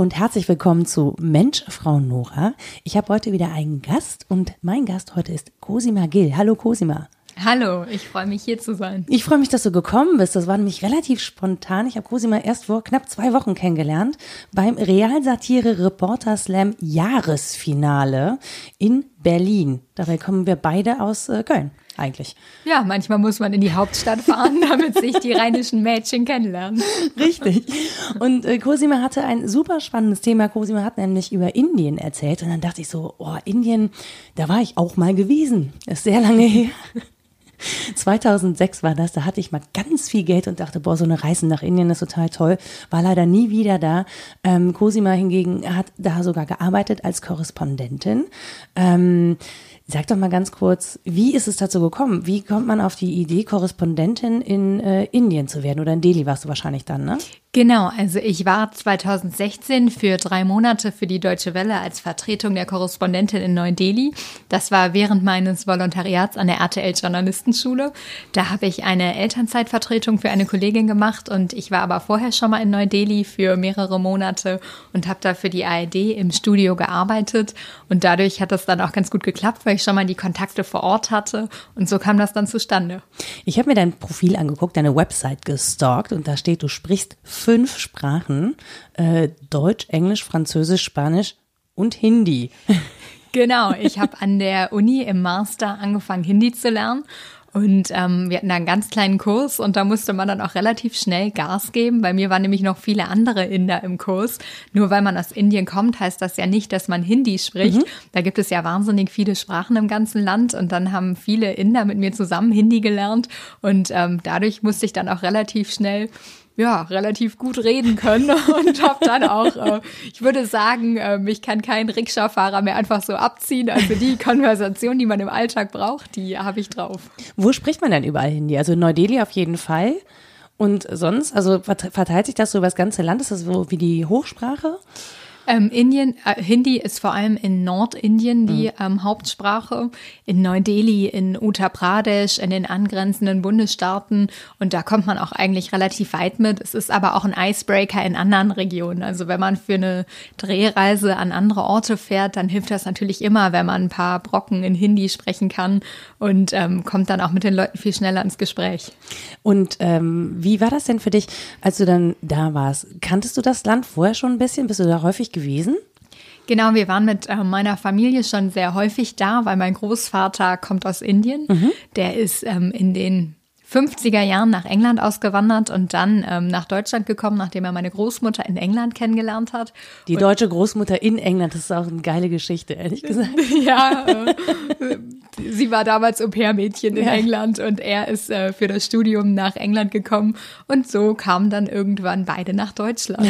Hallo und herzlich willkommen zu Mensch, Frau Nora. Ich habe heute wieder einen Gast und mein Gast heute ist Cosima Gil. Hallo Cosima. Hallo, ich freue mich hier zu sein. Ich freue mich, dass du gekommen bist. Das war nämlich relativ spontan. Ich habe Cosima erst vor knapp 2 Wochen kennengelernt beim Realsatire Reporter Slam Jahresfinale in Berlin. Dabei kommen wir beide aus Köln eigentlich. Ja, manchmal muss man in die Hauptstadt fahren, damit sich die rheinischen Mädchen kennenlernen. Richtig. Und Cosima hatte ein super spannendes Thema. Cosima hat nämlich über Indien erzählt und dann dachte ich so, oh, Indien, da war ich auch mal gewesen. Ist sehr lange her. 2006 war das, da hatte ich mal ganz viel Geld und dachte, boah, so eine Reise nach Indien ist total toll. War leider nie wieder da. Cosima hingegen hat da sogar gearbeitet als Korrespondentin. Sag doch mal ganz kurz, wie ist es dazu gekommen? Wie kommt man auf die Idee, Korrespondentin in Indien zu werden? Oder in Delhi warst du wahrscheinlich dann, ne? Genau, also ich war 2016 für 3 Monate für die Deutsche Welle als Vertretung der Korrespondentin in Neu-Delhi. Das war während meines Volontariats an der RTL Journalistenschule. Da habe ich eine Elternzeitvertretung für eine Kollegin gemacht und ich war aber vorher schon mal in Neu-Delhi für mehrere Monate und habe da für die ARD im Studio gearbeitet. Und dadurch hat das dann auch ganz gut geklappt, weil ich schon mal die Kontakte vor Ort hatte und so kam das dann zustande. Ich habe mir dein Profil angeguckt, deine Website gestalkt und da steht, du sprichst 5 Sprachen, Deutsch, Englisch, Französisch, Spanisch und Hindi. Genau, ich habe an der Uni im Master angefangen, Hindi zu lernen. Und wir hatten da einen ganz kleinen Kurs und da musste man dann auch relativ schnell Gas geben. Bei mir waren nämlich noch viele andere Inder im Kurs. Nur weil man aus Indien kommt, heißt das ja nicht, dass man Hindi spricht. Da gibt es ja wahnsinnig viele Sprachen im ganzen Land und dann haben viele Inder mit mir zusammen Hindi gelernt und dadurch musste ich dann auch relativ schnell relativ gut reden können und habe dann auch, ich würde sagen, ich kann keinen Rikscha-Fahrer mehr einfach so abziehen. Also die Konversation, die man im Alltag braucht, die habe ich drauf. Wo spricht man denn überall Hindi? Also in Neu-Delhi auf jeden Fall. Und sonst, also verteilt sich das so über das ganze Land? Ist das so wie die Hochsprache? Hindi ist vor allem in Nordindien die Hauptsprache, in Neu-Delhi, in Uttar Pradesh, in den angrenzenden Bundesstaaten und da kommt man auch eigentlich relativ weit mit. Es ist aber auch ein Icebreaker in anderen Regionen. Also wenn man für eine Drehreise an andere Orte fährt, dann hilft das natürlich immer, wenn man ein paar Brocken in Hindi sprechen kann und kommt dann auch mit den Leuten viel schneller ins Gespräch. Und wie war das denn für dich, als du dann da warst? Kanntest du das Land vorher schon ein bisschen? Bist du da häufig gewesen? Genau, wir waren mit meiner Familie schon sehr häufig da, weil mein Großvater kommt aus Indien. Der ist in den 50er Jahren nach England ausgewandert und dann nach Deutschland gekommen, nachdem er meine Großmutter in England kennengelernt hat. Die deutsche Großmutter in England, das ist auch eine geile Geschichte, ehrlich gesagt. Ja, sie war damals Au-pair-Mädchen in England und er ist für das Studium nach England gekommen und so kamen dann irgendwann beide nach Deutschland.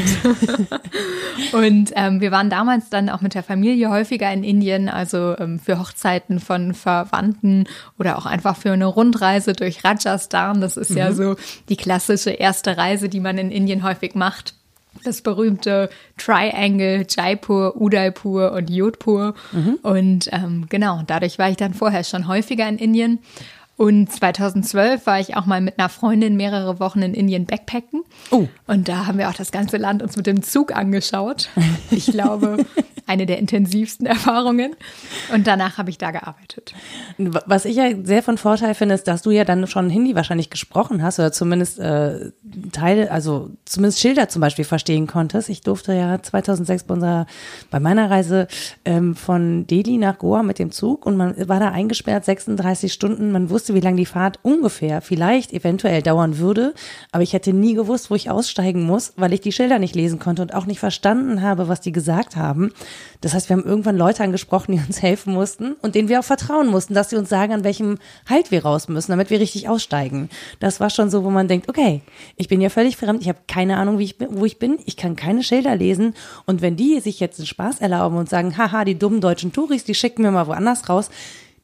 Und wir waren damals dann auch mit der Familie häufiger in Indien, also für Hochzeiten von Verwandten oder auch einfach für eine Rundreise durch Rajasthan. Das ist ja so die klassische erste Reise, die man in Indien häufig macht. Das berühmte Triangle, Jaipur, Udaipur und Jodhpur. Und genau, dadurch war ich dann vorher schon häufiger in Indien. Und 2012 war ich auch mal mit einer Freundin mehrere Wochen in Indien backpacken. Und da haben wir auch das ganze Land uns mit dem Zug angeschaut. Ich glaube, eine der intensivsten Erfahrungen. Und danach habe ich da gearbeitet. Was ich ja sehr von Vorteil finde, ist, dass du ja dann schon Hindi wahrscheinlich gesprochen hast oder zumindest Teile, also zumindest Schilder zum Beispiel verstehen konntest. Ich durfte ja 2006 bei meiner Reise von Delhi nach Goa mit dem Zug und man war da eingesperrt 36 Stunden. Man wusste, wie lange die Fahrt ungefähr, vielleicht, eventuell dauern würde, aber ich hätte nie gewusst, wo ich aussteigen muss, weil ich die Schilder nicht lesen konnte und auch nicht verstanden habe, was die gesagt haben. Das heißt, wir haben irgendwann Leute angesprochen, die uns helfen mussten und denen wir auch vertrauen mussten, dass sie uns sagen, an welchem Halt wir raus müssen, damit wir richtig aussteigen. Das war schon so, wo man denkt, okay, ich bin ja völlig fremd, ich habe keine Ahnung, wo ich bin, ich kann keine Schilder lesen und wenn die sich jetzt einen Spaß erlauben und sagen, haha, die dummen deutschen Touris, die schicken wir mal woanders raus,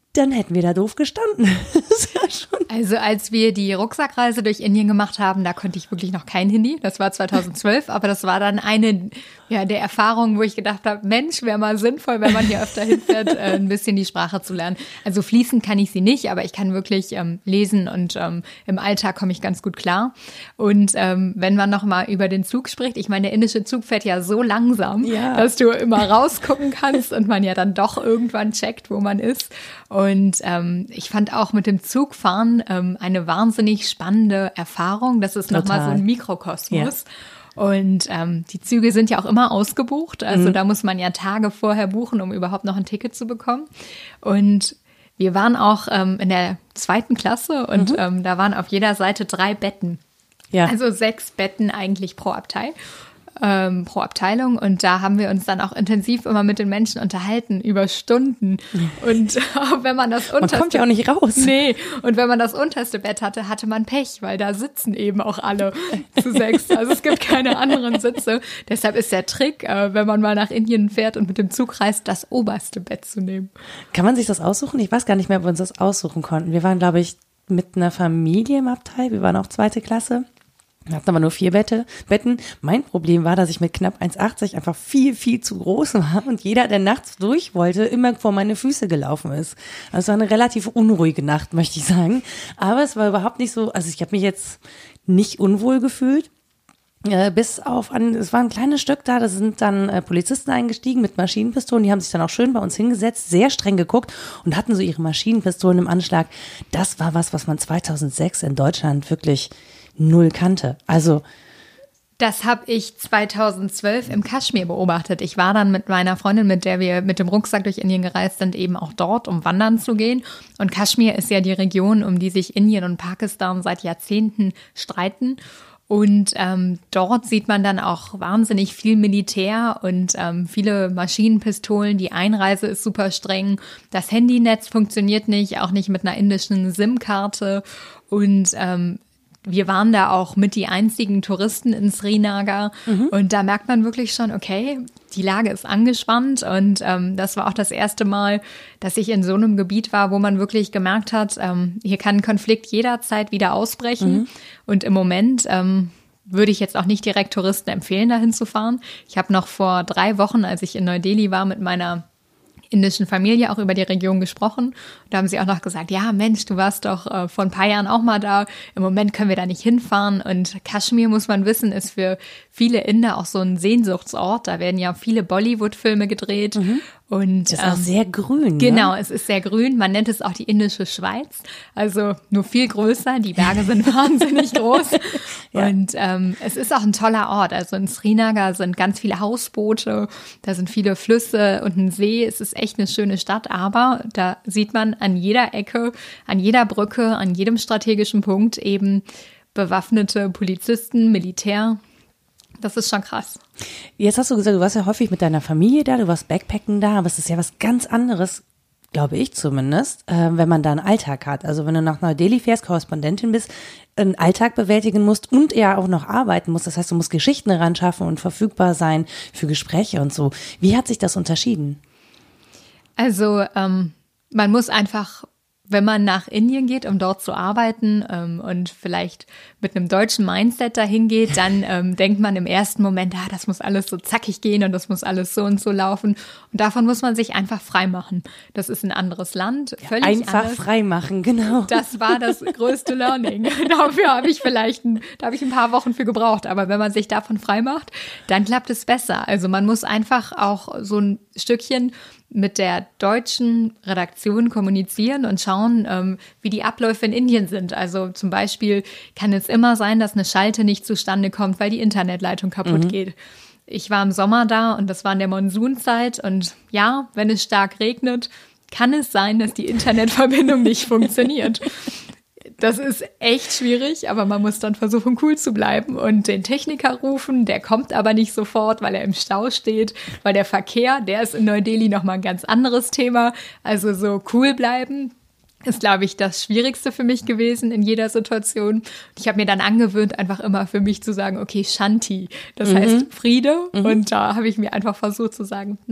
dann hätten wir da doof gestanden. Das ist ja schon. Also als wir die Rucksackreise durch Indien gemacht haben, da konnte ich wirklich noch kein Hindi. Das war 2012, aber das war dann eine der Erfahrungen, wo ich gedacht habe, Mensch, wäre mal sinnvoll, wenn man hier öfter hinfährt, ein bisschen die Sprache zu lernen. Also fließend kann ich sie nicht, aber ich kann wirklich lesen und im Alltag komme ich ganz gut klar. Und wenn man noch mal über den Zug spricht, ich meine, der indische Zug fährt ja so langsam, dass du immer rausgucken kannst und man ja dann doch irgendwann checkt, wo man ist. Und ich fand auch mit dem Zugfahren eine wahnsinnig spannende Erfahrung. Das ist nochmal so ein Mikrokosmos. Ja. Und die Züge sind ja auch immer ausgebucht. Also da muss man ja Tage vorher buchen, um überhaupt noch ein Ticket zu bekommen. Und wir waren auch in der 2. Klasse und da waren auf jeder Seite 3 Betten. Ja. Also 6 Betten eigentlich pro Abteilung. Und da haben wir uns dann auch intensiv immer mit den Menschen unterhalten, über Stunden. Und wenn man das unterste... Man kommt ja auch nicht raus. Nee, und wenn man das unterste Bett hatte, hatte man Pech, weil da sitzen eben auch alle zu 6. Also es gibt keine anderen Sitze. Deshalb ist der Trick, wenn man mal nach Indien fährt und mit dem Zug reist, das oberste Bett zu nehmen. Kann man sich das aussuchen? Ich weiß gar nicht mehr, ob wir uns das aussuchen konnten. Wir waren, glaube ich, mit einer Familie im Abteil. Wir waren auch 2. Klasse. Wir hatten aber nur 4 Betten. Mein Problem war, dass ich mit knapp 1,80 einfach viel, viel zu groß war und jeder, der nachts durch wollte, immer vor meine Füße gelaufen ist. Also es war eine relativ unruhige Nacht, möchte ich sagen. Aber es war überhaupt nicht so, also ich habe mich jetzt nicht unwohl gefühlt. Es war ein kleines Stück da, da sind dann Polizisten eingestiegen mit Maschinenpistolen, die haben sich dann auch schön bei uns hingesetzt, sehr streng geguckt und hatten so ihre Maschinenpistolen im Anschlag. Das war was man 2006 in Deutschland wirklich null kannte. Also das habe ich 2012 im Kaschmir beobachtet. Ich war dann mit meiner Freundin, mit der wir mit dem Rucksack durch Indien gereist sind, eben auch dort, um wandern zu gehen. Und Kaschmir ist ja die Region, um die sich Indien und Pakistan seit Jahrzehnten streiten. Und dort sieht man dann auch wahnsinnig viel Militär und viele Maschinenpistolen. Die Einreise ist super streng. Das Handynetz funktioniert nicht, auch nicht mit einer indischen SIM-Karte. Und wir waren da auch mit die einzigen Touristen in Srinagar und da merkt man wirklich schon, okay, die Lage ist angespannt und das war auch das erste Mal, dass ich in so einem Gebiet war, wo man wirklich gemerkt hat, hier kann ein Konflikt jederzeit wieder ausbrechen und im Moment würde ich jetzt auch nicht direkt Touristen empfehlen, dahin zu fahren. Ich habe noch vor 3 Wochen, als ich in Neu-Delhi war, mit meiner indischen Familie auch über die Region gesprochen. Da haben sie auch noch gesagt, ja Mensch, du warst doch vor ein paar Jahren auch mal da. Im Moment können wir da nicht hinfahren. Und Kaschmir, muss man wissen, ist für viele Inder auch so ein Sehnsuchtsort. Da werden ja viele Bollywood-Filme gedreht. Und ist auch sehr grün. Genau, ne? Es ist sehr grün. Man nennt es auch die indische Schweiz. Also nur viel größer. Die Berge sind wahnsinnig groß. Ja. Und es ist auch ein toller Ort. Also in Srinagar sind ganz viele Hausboote. Da sind viele Flüsse und ein See. Es ist echt eine schöne Stadt. Aber da sieht man an jeder Ecke, an jeder Brücke, an jedem strategischen Punkt eben bewaffnete Polizisten, Militär. Das ist schon krass. Jetzt hast du gesagt, du warst ja häufig mit deiner Familie da, du warst Backpacken da, aber es ist ja was ganz anderes, glaube ich zumindest, wenn man da einen Alltag hat. Also wenn du nach Neu-Delhi fährst, Korrespondentin bist, einen Alltag bewältigen musst und ja auch noch arbeiten musst. Das heißt, du musst Geschichten ran schaffen und verfügbar sein für Gespräche und so. Wie hat sich das unterschieden? Also man muss einfach, wenn man nach Indien geht, um dort zu arbeiten und vielleicht mit einem deutschen Mindset dahin geht, dann denkt man im ersten Moment, das muss alles so zackig gehen und das muss alles so und so laufen. Und davon muss man sich einfach frei machen. Das ist ein anderes Land, völlig einfach anders. Frei machen, genau. Das war das größte Learning. Dafür habe ich ein paar Wochen für gebraucht. Aber wenn man sich davon frei macht, dann klappt es besser. Also man muss einfach auch so ein Stückchen mit der deutschen Redaktion kommunizieren und schauen, wie die Abläufe in Indien sind. Also zum Beispiel kann es immer sein, dass eine Schalte nicht zustande kommt, weil die Internetleitung kaputt geht. Ich war im Sommer da und das war in der Monsunzeit und ja, wenn es stark regnet, kann es sein, dass die Internetverbindung nicht funktioniert. Das ist echt schwierig, aber man muss dann versuchen, cool zu bleiben und den Techniker rufen. Der kommt aber nicht sofort, weil er im Stau steht, weil der Verkehr, der ist in Neu-Delhi nochmal ein ganz anderes Thema. Also so cool bleiben ist, glaube ich, das Schwierigste für mich gewesen in jeder Situation. Und ich habe mir dann angewöhnt, einfach immer für mich zu sagen, okay, Shanti, das heißt Friede. Und da habe ich mir einfach versucht zu sagen, nein,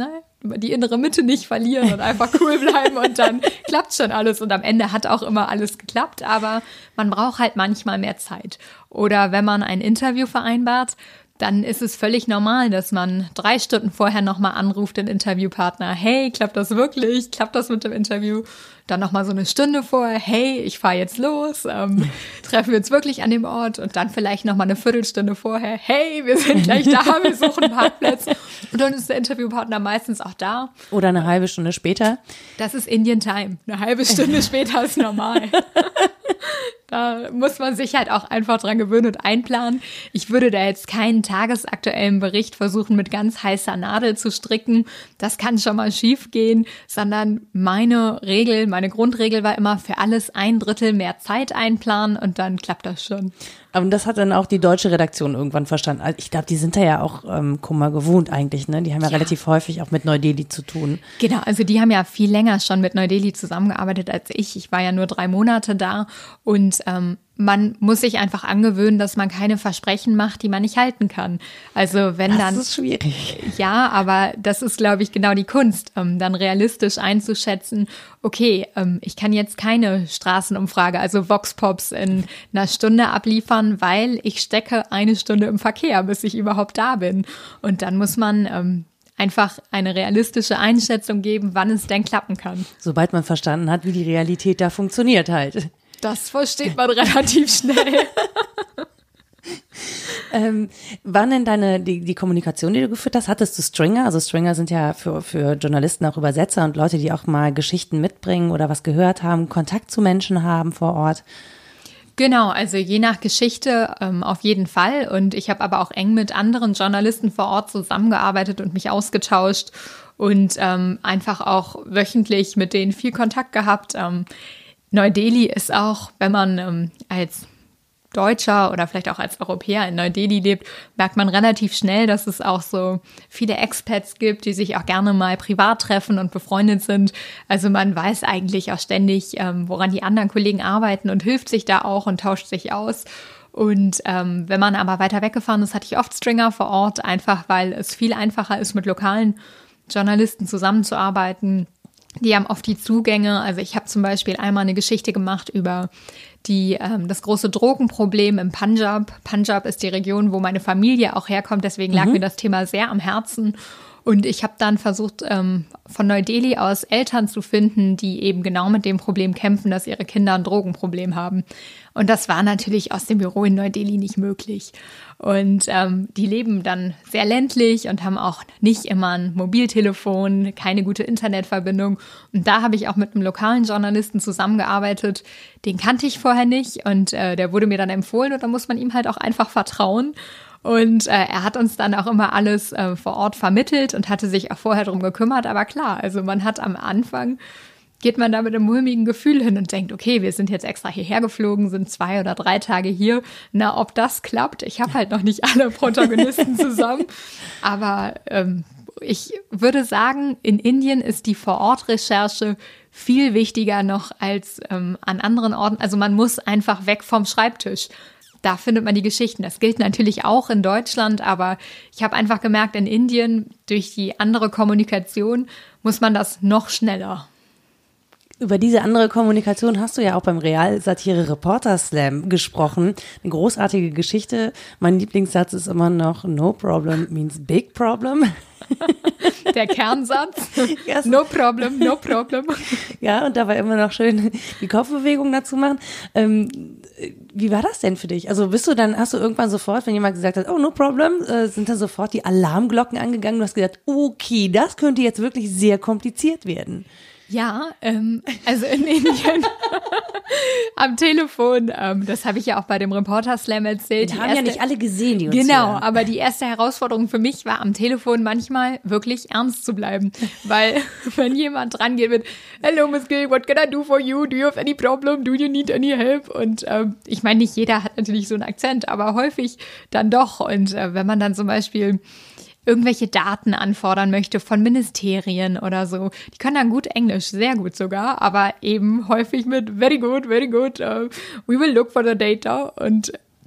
die innere Mitte nicht verlieren und einfach cool bleiben und dann klappt schon alles. Und am Ende hat auch immer alles geklappt, aber man braucht halt manchmal mehr Zeit. Oder wenn man ein Interview vereinbart, dann ist es völlig normal, dass man 3 Stunden vorher nochmal anruft, den Interviewpartner. Hey, klappt das wirklich? Klappt das mit dem Interview? Dann nochmal so eine Stunde vorher. Hey, ich fahre jetzt los. Treffen wir uns wirklich an dem Ort? Und dann vielleicht nochmal eine Viertelstunde vorher. Hey, wir sind gleich da, wir suchen einen Parkplatz. Und dann ist der Interviewpartner meistens auch da. Oder eine halbe Stunde später. Das ist Indian Time. Eine halbe Stunde später ist normal. Da muss man sich halt auch einfach dran gewöhnen und einplanen. Ich würde da jetzt keinen tagesaktuellen Bericht versuchen, mit ganz heißer Nadel zu stricken. Das kann schon mal schief gehen, sondern meine Grundregel war immer für alles 1/3 mehr Zeit einplanen und dann klappt das schon. Aber das hat dann auch die deutsche Redaktion irgendwann verstanden. Also ich glaube, die sind da ja auch Kummer gewohnt eigentlich, ne? Die haben ja relativ häufig auch mit Neu-Delhi zu tun. Genau, also die haben ja viel länger schon mit Neu-Delhi zusammengearbeitet als ich. Ich war ja nur 3 Monate da und man muss sich einfach angewöhnen, dass man keine Versprechen macht, die man nicht halten kann. Also wenn dann. Das ist schwierig. Ja, aber das ist, glaube ich, genau die Kunst, dann realistisch einzuschätzen. Okay, ich kann jetzt keine Straßenumfrage, also Vox-Pops in einer Stunde abliefern, weil ich stecke 1 Stunde im Verkehr, bis ich überhaupt da bin. Und dann muss man einfach eine realistische Einschätzung geben, wann es denn klappen kann. Sobald man verstanden hat, wie die Realität da funktioniert halt. Das versteht man relativ schnell. Waren denn die Kommunikation, die du geführt hast, hattest du Stringer? Also Stringer sind ja für Journalisten auch Übersetzer und Leute, die auch mal Geschichten mitbringen oder was gehört haben, Kontakt zu Menschen haben vor Ort. Genau, also je nach Geschichte auf jeden Fall. Und ich habe aber auch eng mit anderen Journalisten vor Ort zusammengearbeitet und mich ausgetauscht und einfach auch wöchentlich mit denen viel Kontakt gehabt. Neu-Delhi ist auch, wenn man als Deutscher oder vielleicht auch als Europäer in Neu-Delhi lebt, merkt man relativ schnell, dass es auch so viele Expats gibt, die sich auch gerne mal privat treffen und befreundet sind. Also man weiß eigentlich auch ständig, woran die anderen Kollegen arbeiten und hilft sich da auch und tauscht sich aus. Und wenn man aber weiter weggefahren ist, hatte ich oft Stringer vor Ort, einfach weil es viel einfacher ist, mit lokalen Journalisten zusammenzuarbeiten. Die haben oft die Zugänge. Also ich habe zum Beispiel einmal eine Geschichte gemacht über das große Drogenproblem im Punjab. Punjab ist die Region, wo meine Familie auch herkommt. Deswegen lag mir das Thema sehr am Herzen. Und ich habe dann versucht, von Neu-Delhi aus Eltern zu finden, die eben genau mit dem Problem kämpfen, dass ihre Kinder ein Drogenproblem haben. Und das war natürlich aus dem Büro in Neu-Delhi nicht möglich. Und die leben dann sehr ländlich und haben auch nicht immer ein Mobiltelefon, keine gute Internetverbindung. Und da habe ich auch mit einem lokalen Journalisten zusammengearbeitet. Den kannte ich vorher nicht und der wurde mir dann empfohlen und da muss man ihm halt auch einfach vertrauen. Und er hat uns dann auch immer alles vor Ort vermittelt und hatte sich auch vorher drum gekümmert. Aber klar, also man hat am Anfang, geht man da mit einem mulmigen Gefühl hin und denkt, okay, wir sind jetzt extra hierher geflogen, sind 2 oder 3 Tage hier. Na, ob das klappt? Ich habe halt noch nicht alle Protagonisten zusammen. Aber ich würde sagen, in Indien ist die Vor-Ort-Recherche viel wichtiger noch als an anderen Orten. Also man muss einfach weg vom Schreibtisch. Da findet man die Geschichten. Das gilt natürlich auch in Deutschland, aber ich habe einfach gemerkt, in Indien, durch die andere Kommunikation, muss man das noch schneller. Über diese andere Kommunikation hast du ja auch beim Real-Satire-Reporter-Slam gesprochen. Eine großartige Geschichte. Mein Lieblingssatz ist immer noch, no problem means big problem. Der Kernsatz. Yes. No problem, no problem. Ja, und dabei immer noch schön die Kopfbewegung dazu machen. Wie war das denn für dich? Also hast du irgendwann sofort, wenn jemand gesagt hat, oh, no problem, sind dann sofort die Alarmglocken angegangen? Du hast gesagt, okay, das könnte jetzt wirklich sehr kompliziert werden. Ja, also in Indien am Telefon, das habe ich ja auch bei dem Reporter-Slam erzählt. Die haben ja nicht alle gesehen, die uns Genau, hören. Aber die erste Herausforderung für mich war am Telefon manchmal wirklich ernst zu bleiben, weil wenn jemand dran geht mit Hello Miss Gill, what can I do for you? Do you have any problem? Do you need any help? Und ich meine, nicht jeder hat natürlich so einen Akzent, aber häufig dann doch. Und wenn man dann zum Beispiel irgendwelche Daten anfordern möchte von Ministerien oder so. Die können dann gut Englisch, sehr gut sogar, aber eben häufig mit very good, we will look for the data. Und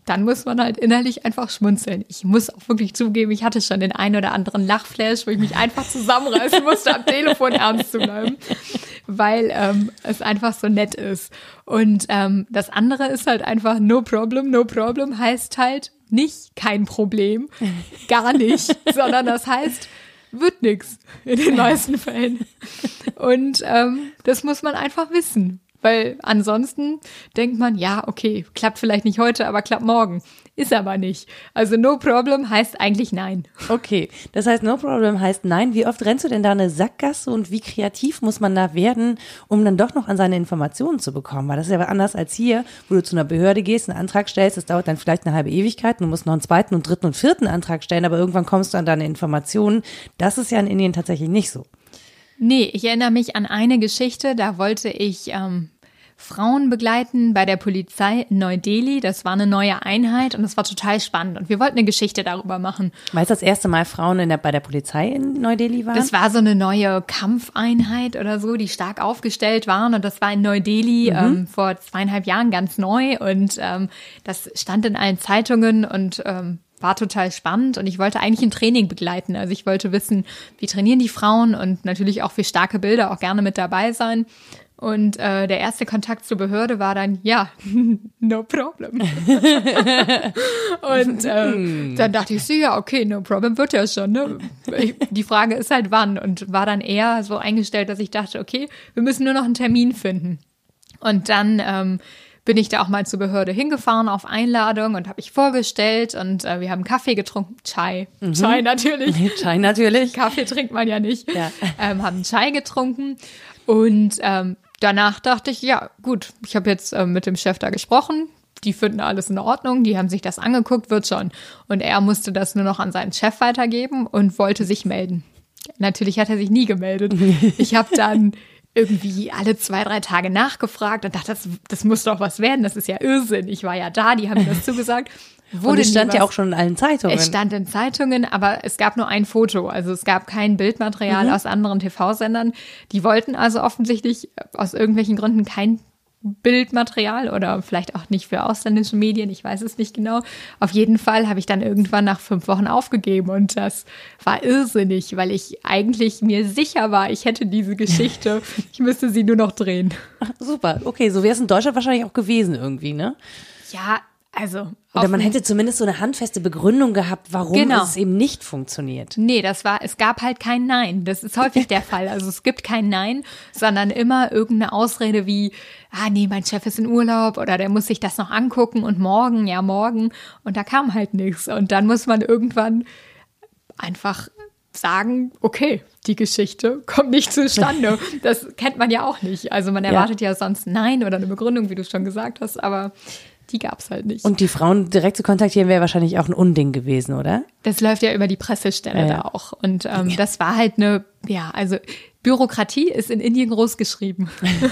dann muss man halt innerlich einfach schmunzeln. Ich muss auch wirklich zugeben, ich hatte schon den einen oder anderen Lachflash, wo ich mich einfach zusammenreißen musste, am Telefon ernst zu bleiben, weil es einfach so nett ist. Und das andere ist halt einfach no problem. No problem heißt halt nicht kein Problem, gar nicht, sondern das heißt, wird nix in den meisten Fällen. Und das muss man einfach wissen. Weil ansonsten denkt man, ja, okay, klappt vielleicht nicht heute, aber klappt morgen. Ist aber nicht. Also no problem heißt eigentlich nein. Okay, das heißt no problem heißt nein. Wie oft rennst du denn da eine Sackgasse und wie kreativ muss man da werden, um dann doch noch an seine Informationen zu bekommen? Weil das ist ja anders als hier, wo du zu einer Behörde gehst, einen Antrag stellst, das dauert dann vielleicht eine halbe Ewigkeit, du musst noch einen zweiten und dritten und vierten Antrag stellen, aber irgendwann kommst du an deine Informationen. Das ist ja in Indien tatsächlich nicht so. Nee, ich erinnere mich an eine Geschichte, da wollte ich Frauen begleiten bei der Polizei in Neu-Delhi. Das war eine neue Einheit und das war total spannend. Und wir wollten eine Geschichte darüber machen. Weil es das erste Mal Frauen bei der Polizei in Neu-Delhi waren? Das war so eine neue Kampfeinheit oder so, die stark aufgestellt waren. Und das war in Neu-Delhi vor 2,5 Jahren ganz neu. Und das stand in allen Zeitungen und war total spannend und ich wollte eigentlich ein Training begleiten. Also ich wollte wissen, wie trainieren die Frauen und natürlich auch für starke Bilder auch gerne mit dabei sein. Und der erste Kontakt zur Behörde war dann, ja, no problem. Und dann dachte ich so, ja, okay, no problem wird ja schon. Ne? Die Frage ist halt wann und war dann eher so eingestellt, dass ich dachte, okay, wir müssen nur noch einen Termin finden. Und dann bin ich da auch mal zur Behörde hingefahren auf Einladung und habe mich vorgestellt und wir haben Kaffee getrunken. Chai. Chai natürlich. Chai natürlich. Kaffee trinkt man ja nicht. Ja. Haben Chai getrunken und danach dachte ich, ja gut, ich habe jetzt mit dem Chef da gesprochen. Die finden alles in Ordnung, die haben sich das angeguckt, wird schon. Und er musste das nur noch an seinen Chef weitergeben und wollte sich melden. Natürlich hat er sich nie gemeldet. Ich habe dann irgendwie alle 2-3 Tage nachgefragt und dachte, das muss doch was werden, das ist ja Irrsinn. Ich war ja da, die haben mir das zugesagt. Und es stand ja auch schon in allen Zeitungen. Es stand in Zeitungen, aber es gab nur ein Foto. Also es gab kein Bildmaterial aus anderen TV-Sendern. Die wollten also offensichtlich aus irgendwelchen Gründen kein Bildmaterial oder vielleicht auch nicht für ausländische Medien, ich weiß es nicht genau. Auf jeden Fall habe ich dann irgendwann nach 5 Wochen aufgegeben und das war irrsinnig, weil ich eigentlich mir sicher war, ich hätte diese Geschichte, ich müsste sie nur noch drehen. Ach, super, okay, so wäre es in Deutschland wahrscheinlich auch gewesen irgendwie, ne? Ja, also. Oder man hätte zumindest so eine handfeste Begründung gehabt, warum es eben nicht funktioniert. Nee, es gab halt kein Nein. Das ist häufig der Fall. Also es gibt kein Nein, sondern immer irgendeine Ausrede wie, nee, mein Chef ist in Urlaub oder der muss sich das noch angucken und morgen. Und da kam halt nichts. Und dann muss man irgendwann einfach sagen, okay, die Geschichte kommt nicht zustande. Das kennt man ja auch nicht. Also man erwartet ja sonst Nein oder eine Begründung, wie du schon gesagt hast, aber die gab's halt nicht. Und die Frauen direkt zu kontaktieren wäre wahrscheinlich auch ein Unding gewesen, oder? Das läuft ja über die Pressestelle da auch. Und das war halt also Bürokratie ist in Indien groß geschrieben.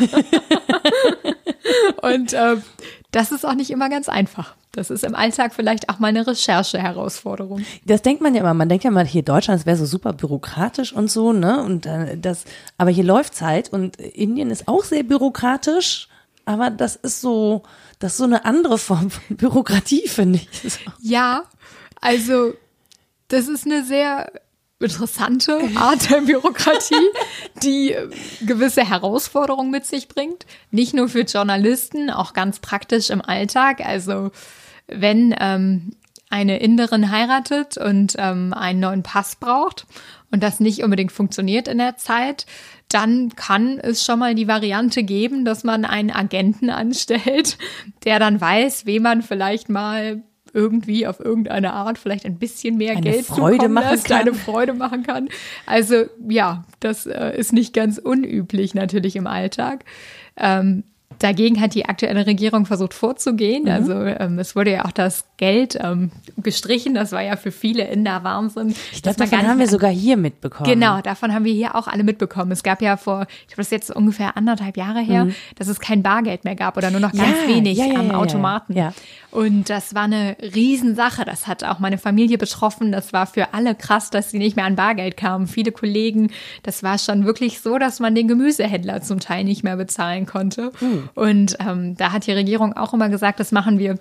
Und das ist auch nicht immer ganz einfach. Das ist im Alltag vielleicht auch mal eine Recherche-Herausforderung. Das denkt man ja immer. Man denkt ja mal, hier Deutschland, das wäre so super bürokratisch und so, ne? Und aber hier läuft's halt und Indien ist auch sehr bürokratisch. Aber das ist so eine andere Form von Bürokratie, finde ich. Ja, also das ist eine sehr interessante Art der Bürokratie, die gewisse Herausforderungen mit sich bringt. Nicht nur für Journalisten, auch ganz praktisch im Alltag. Also wenn eine Inderin heiratet und einen neuen Pass braucht und das nicht unbedingt funktioniert in der Zeit, dann kann es schon mal die Variante geben, dass man einen Agenten anstellt, der dann weiß, wem man vielleicht mal irgendwie auf irgendeine Art vielleicht ein bisschen mehr Geld zukommen lässt, eine Freude machen kann. Also ja, das ist nicht ganz unüblich natürlich im Alltag. Dagegen hat die aktuelle Regierung versucht vorzugehen. Also es wurde ja auch das Geld gestrichen. Das war ja für viele Inder Wahnsinn. Ich glaube, davon haben wir sogar hier mitbekommen. Genau, davon haben wir hier auch alle mitbekommen. Es gab ja ich glaube, das ist jetzt ungefähr 1,5 Jahre her, dass es kein Bargeld mehr gab oder nur noch ganz wenig am Automaten. Ja. Und das war eine Riesensache. Das hat auch meine Familie betroffen. Das war für alle krass, dass sie nicht mehr an Bargeld kamen. Viele Kollegen, das war schon wirklich so, dass man den Gemüsehändler zum Teil nicht mehr bezahlen konnte. Und da hat die Regierung auch immer gesagt, das machen wir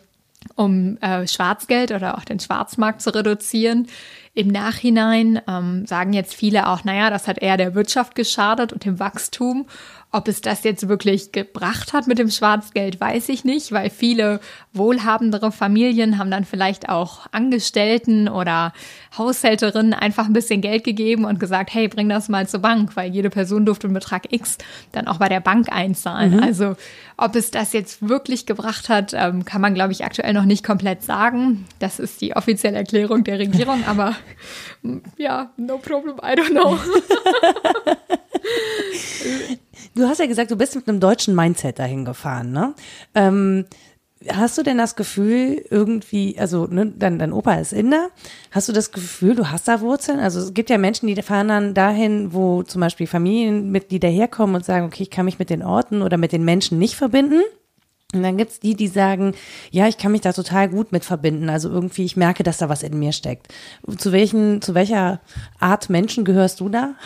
um Schwarzgeld oder auch den Schwarzmarkt zu reduzieren. Im Nachhinein sagen jetzt viele auch, naja, das hat eher der Wirtschaft geschadet und dem Wachstum. Ob es das jetzt wirklich gebracht hat mit dem Schwarzgeld, weiß ich nicht, weil viele wohlhabendere Familien haben dann vielleicht auch Angestellten oder Haushälterinnen einfach ein bisschen Geld gegeben und gesagt, hey, bring das mal zur Bank, weil jede Person durfte einen Betrag X dann auch bei der Bank einzahlen. Also ob es das jetzt wirklich gebracht hat, kann man, glaube ich, aktuell noch nicht komplett sagen. Das ist die offizielle Erklärung der Regierung, aber ja, no problem, I don't know. Du hast ja gesagt, du bist mit einem deutschen Mindset dahin gefahren, ne? Hast du denn das Gefühl irgendwie, also ne, dein Opa ist Inder, hast du das Gefühl, du hast da Wurzeln? Also es gibt ja Menschen, die fahren dann dahin, wo zum Beispiel Familienmitglieder herkommen und sagen, okay, ich kann mich mit den Orten oder mit den Menschen nicht verbinden. Und dann gibt's die sagen, ja, ich kann mich da total gut mit verbinden. Also irgendwie, ich merke, dass da was in mir steckt. Zu welcher Art Menschen gehörst du da?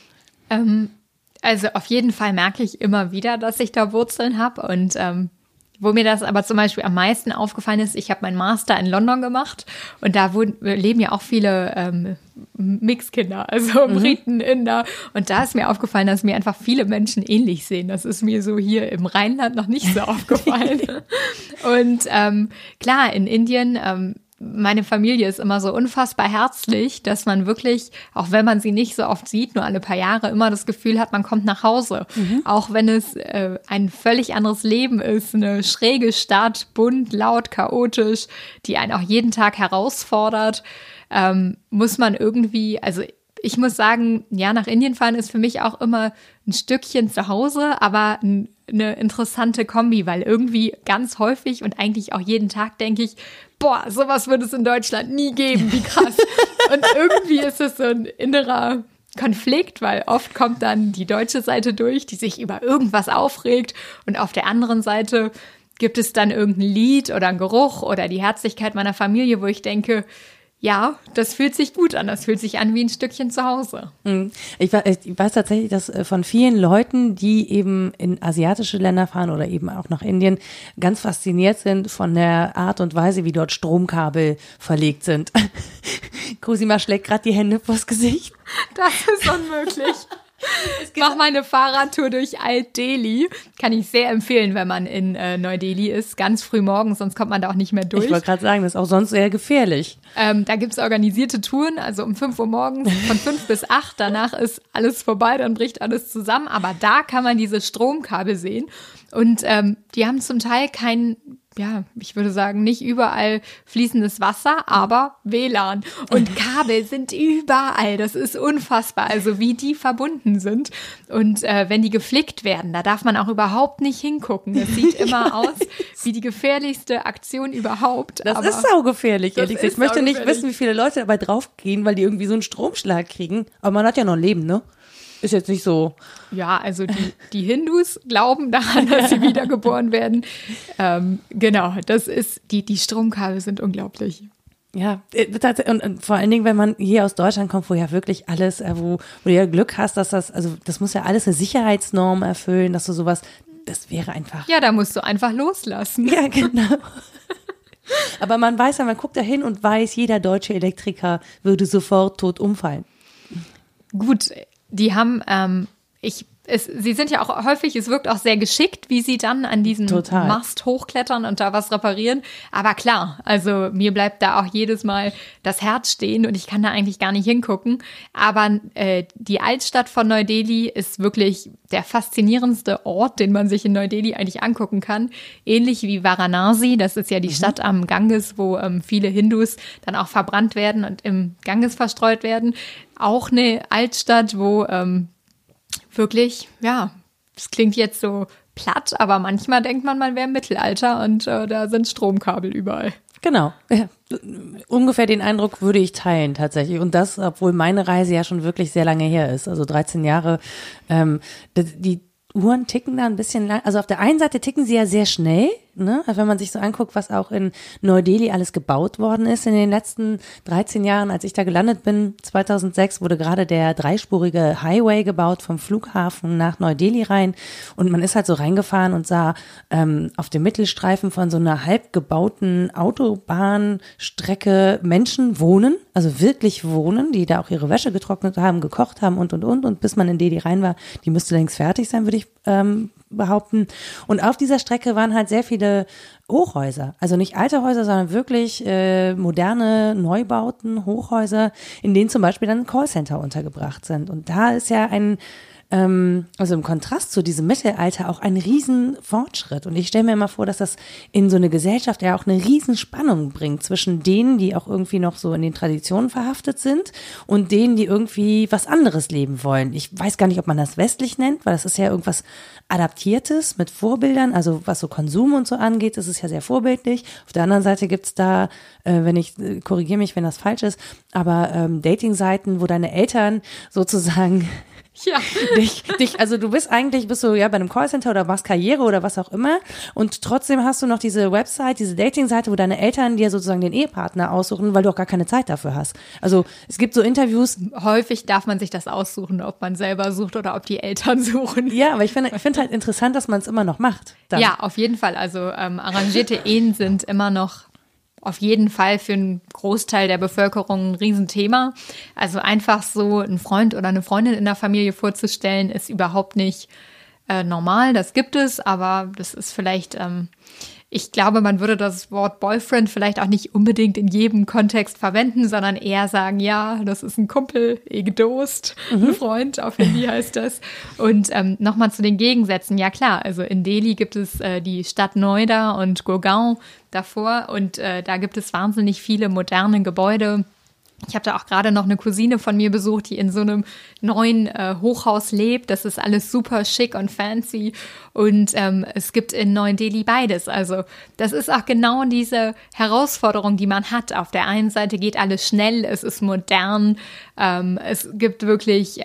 Also auf jeden Fall merke ich immer wieder, dass ich da Wurzeln habe und wo mir das aber zum Beispiel am meisten aufgefallen ist, ich habe meinen Master in London gemacht und da leben ja auch viele Mixkinder, also Briten, Inder und da ist mir aufgefallen, dass mir einfach viele Menschen ähnlich sehen. Das ist mir so hier im Rheinland noch nicht so aufgefallen. Und klar, in Indien meine Familie ist immer so unfassbar herzlich, dass man wirklich, auch wenn man sie nicht so oft sieht, nur alle paar Jahre, immer das Gefühl hat, man kommt nach Hause. Auch wenn es ein völlig anderes Leben ist, eine schräge Stadt, bunt, laut, chaotisch, die einen auch jeden Tag herausfordert, muss man irgendwie, also ich muss sagen, ja, nach Indien fahren ist für mich auch immer ein Stückchen zu Hause, aber eine interessante Kombi, weil irgendwie ganz häufig und eigentlich auch jeden Tag denke ich, boah, sowas würde es in Deutschland nie geben, wie krass. Und irgendwie ist es so ein innerer Konflikt, weil oft kommt dann die deutsche Seite durch, die sich über irgendwas aufregt und auf der anderen Seite gibt es dann irgendein Lied oder einen Geruch oder die Herzlichkeit meiner Familie, wo ich denke, ja, das fühlt sich gut an. Das fühlt sich an wie ein Stückchen zu Hause. Ich weiß tatsächlich, dass von vielen Leuten, die eben in asiatische Länder fahren oder eben auch nach Indien, ganz fasziniert sind von der Art und Weise, wie dort Stromkabel verlegt sind. Cosima schlägt gerade die Hände vors Gesicht. Das ist unmöglich. Mach mal eine Fahrradtour durch Alt-Delhi. Kann ich sehr empfehlen, wenn man in Neu-Delhi ist. Ganz früh morgens, sonst kommt man da auch nicht mehr durch. Ich wollte gerade sagen, das ist auch sonst sehr gefährlich. Da gibt's organisierte Touren, also um 5 Uhr morgens, von 5 bis 8. Danach ist alles vorbei, dann bricht alles zusammen. Aber da kann man diese Stromkabel sehen. Und die haben zum Teil kein, ja, ich würde sagen, nicht überall fließendes Wasser, aber WLAN. Und Kabel sind überall. Das ist unfassbar, also wie die verbunden sind. Und wenn die geflickt werden, da darf man auch überhaupt nicht hingucken. Das sieht immer aus wie die gefährlichste Aktion überhaupt. Das ist saugefährlich, ehrlich gesagt. Ich möchte nicht wissen, wie viele Leute dabei draufgehen, weil die irgendwie so einen Stromschlag kriegen. Aber man hat ja noch ein Leben, ne? Ist jetzt nicht so. Ja, also die Hindus glauben daran, dass sie wiedergeboren werden. Genau, das ist, die Stromkabel sind unglaublich. Ja, und vor allen Dingen, wenn man hier aus Deutschland kommt, wo ja wirklich alles, wo du ja Glück hast, dass das muss ja alles eine Sicherheitsnorm erfüllen, dass du sowas, das wäre einfach. Ja, da musst du einfach loslassen. Ja, genau. Aber man weiß ja, man guckt da hin und weiß, jeder deutsche Elektriker würde sofort tot umfallen. Gut, die haben, sie sind ja auch häufig, es wirkt auch sehr geschickt, wie sie dann an diesen Mast hochklettern und da was reparieren. Aber klar, also mir bleibt da auch jedes Mal das Herz stehen und ich kann da eigentlich gar nicht hingucken. Aber die Altstadt von Neu-Delhi ist wirklich der faszinierendste Ort, den man sich in Neu-Delhi eigentlich angucken kann. Ähnlich wie Varanasi, das ist ja die Stadt am Ganges, wo viele Hindus dann auch verbrannt werden und im Ganges verstreut werden. Auch eine Altstadt, wo wirklich, ja, das klingt jetzt so platt, aber manchmal denkt man wäre im Mittelalter und da sind Stromkabel überall. Genau. Ja. Ungefähr den Eindruck würde ich teilen tatsächlich. Und das, obwohl meine Reise ja schon wirklich sehr lange her ist, also 13 Jahre. Die Uhren ticken da ein bisschen lang. Also auf der einen Seite ticken sie ja sehr schnell, ne? Also wenn man sich so anguckt, was auch in Neu-Delhi alles gebaut worden ist in den letzten 13 Jahren, als ich da gelandet bin, 2006 wurde gerade der dreispurige Highway gebaut vom Flughafen nach Neu-Delhi rein und man ist halt so reingefahren und sah auf dem Mittelstreifen von so einer halb gebauten Autobahnstrecke Menschen wohnen, also wirklich wohnen, die da auch ihre Wäsche getrocknet haben, gekocht haben und bis man in Delhi rein war, die müsste längst fertig sein, würde ich behaupten. Und auf dieser Strecke waren halt sehr viele Hochhäuser, also nicht alte Häuser, sondern wirklich moderne Neubauten, Hochhäuser, in denen zum Beispiel dann Callcenter untergebracht sind. Und da ist ja also im Kontrast zu diesem Mittelalter auch ein Riesenfortschritt. Und ich stelle mir immer vor, dass das in so eine Gesellschaft ja auch eine Riesenspannung bringt zwischen denen, die auch irgendwie noch so in den Traditionen verhaftet sind und denen, die irgendwie was anderes leben wollen. Ich weiß gar nicht, ob man das westlich nennt, weil das ist ja irgendwas Adaptiertes mit Vorbildern, also was so Konsum und so angeht, ist es ja sehr vorbildlich. Auf der anderen Seite gibt's da, korrigiere mich, wenn das falsch ist, aber Dating-Seiten, wo deine Eltern sozusagen ja. Also du bist so ja bei einem Callcenter oder machst Karriere oder was auch immer und trotzdem hast du noch diese Website, diese Dating-Seite, wo deine Eltern dir sozusagen den Ehepartner aussuchen, weil du auch gar keine Zeit dafür hast. Also es gibt so Interviews. Häufig darf man sich das aussuchen, ob man selber sucht oder ob die Eltern suchen. Ja, aber ich finde halt interessant, dass man es immer noch macht. Dann. Ja, auf jeden Fall. Also arrangierte Ehen sind immer noch auf jeden Fall für einen Großteil der Bevölkerung ein Riesenthema. Also einfach so einen Freund oder eine Freundin in der Familie vorzustellen, ist überhaupt nicht normal. Das gibt es, aber das ist vielleicht, ich glaube, man würde das Wort Boyfriend vielleicht auch nicht unbedingt in jedem Kontext verwenden, sondern eher sagen, ja, das ist ein Kumpel, Dost, ein Freund, auf Hindi heißt das. Und nochmal zu den Gegensätzen. Ja klar, also in Delhi gibt es die Stadt Noida und Gurgaon davor und da gibt es wahnsinnig viele moderne Gebäude. Ich habe da auch gerade noch eine Cousine von mir besucht, die in so einem neuen Hochhaus lebt. Das ist alles super schick und fancy. Und es gibt in Neu-Delhi beides. Also das ist auch genau diese Herausforderung, die man hat. Auf der einen Seite geht alles schnell, es ist modern. Es gibt wirklich,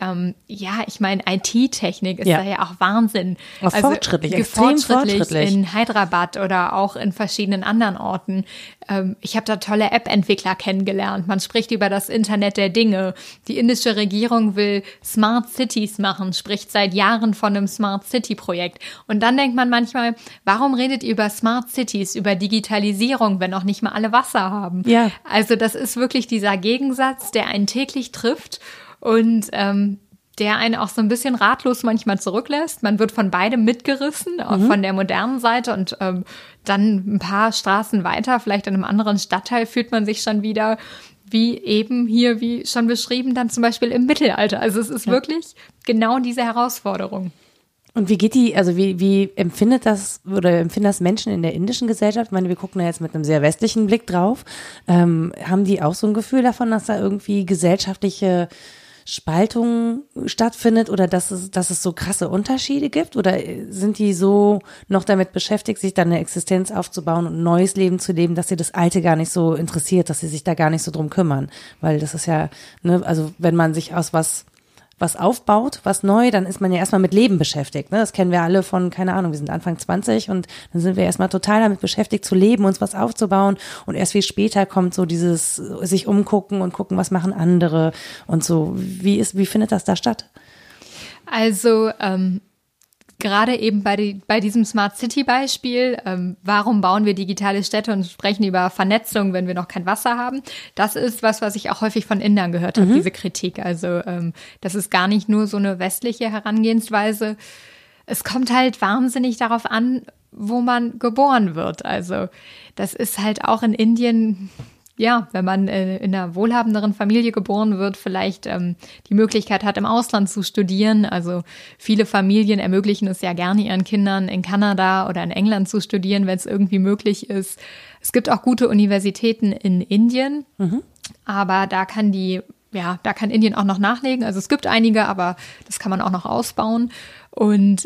ich meine, IT-Technik ist da ja auch Wahnsinn. Also, fortschrittlich, extrem fortschrittlich. In Hyderabad oder auch in verschiedenen anderen Orten. Ich habe da tolle App-Entwickler kennengelernt. Man spricht über das Internet der Dinge. Die indische Regierung will Smart Cities machen, spricht seit Jahren von einem Smart City-Projekt. Und dann denkt man manchmal, warum redet ihr über Smart Cities, über Digitalisierung, wenn noch nicht mal alle Wasser haben? Ja. Also das ist wirklich dieser Gegensatz, der einen täglich trifft und der einen auch so ein bisschen ratlos manchmal zurücklässt. Man wird von beidem mitgerissen, auch von der modernen Seite und dann ein paar Straßen weiter, vielleicht in einem anderen Stadtteil, fühlt man sich schon wieder wie eben hier, wie schon beschrieben, dann zum Beispiel im Mittelalter. Also es ist wirklich genau diese Herausforderung. Und wie empfinden das Menschen in der indischen Gesellschaft? Ich meine, wir gucken da jetzt mit einem sehr westlichen Blick drauf. Haben die auch so ein Gefühl davon, dass da irgendwie gesellschaftliche Spaltung stattfindet oder dass es so krasse Unterschiede gibt? Oder sind die so noch damit beschäftigt, sich dann eine Existenz aufzubauen und ein neues Leben zu leben, dass sie das Alte gar nicht so interessiert, dass sie sich da gar nicht so drum kümmern? Weil das ist ja, ne, also wenn man sich aus was aufbaut, was neu, dann ist man ja erstmal mit Leben beschäftigt. Ne? Das kennen wir alle von, keine Ahnung, wir sind Anfang 20 und dann sind wir erstmal total damit beschäftigt zu leben, uns was aufzubauen und erst viel später kommt so dieses sich umgucken und gucken, was machen andere und so. Wie findet das da statt? Also gerade eben bei diesem Smart City Beispiel, warum bauen wir digitale Städte und sprechen über Vernetzung, wenn wir noch kein Wasser haben? Das ist was ich auch häufig von Indern gehört habe, diese Kritik. Also das ist gar nicht nur so eine westliche Herangehensweise. Es kommt halt wahnsinnig darauf an, wo man geboren wird. Also das ist halt auch in Indien. Ja, wenn man in einer wohlhabenderen Familie geboren wird, vielleicht die Möglichkeit hat, im Ausland zu studieren. Also viele Familien ermöglichen es ja gerne ihren Kindern in Kanada oder in England zu studieren, wenn es irgendwie möglich ist. Es gibt auch gute Universitäten in Indien, aber da kann Indien auch noch nachlegen. Also es gibt einige, aber das kann man auch noch ausbauen. Und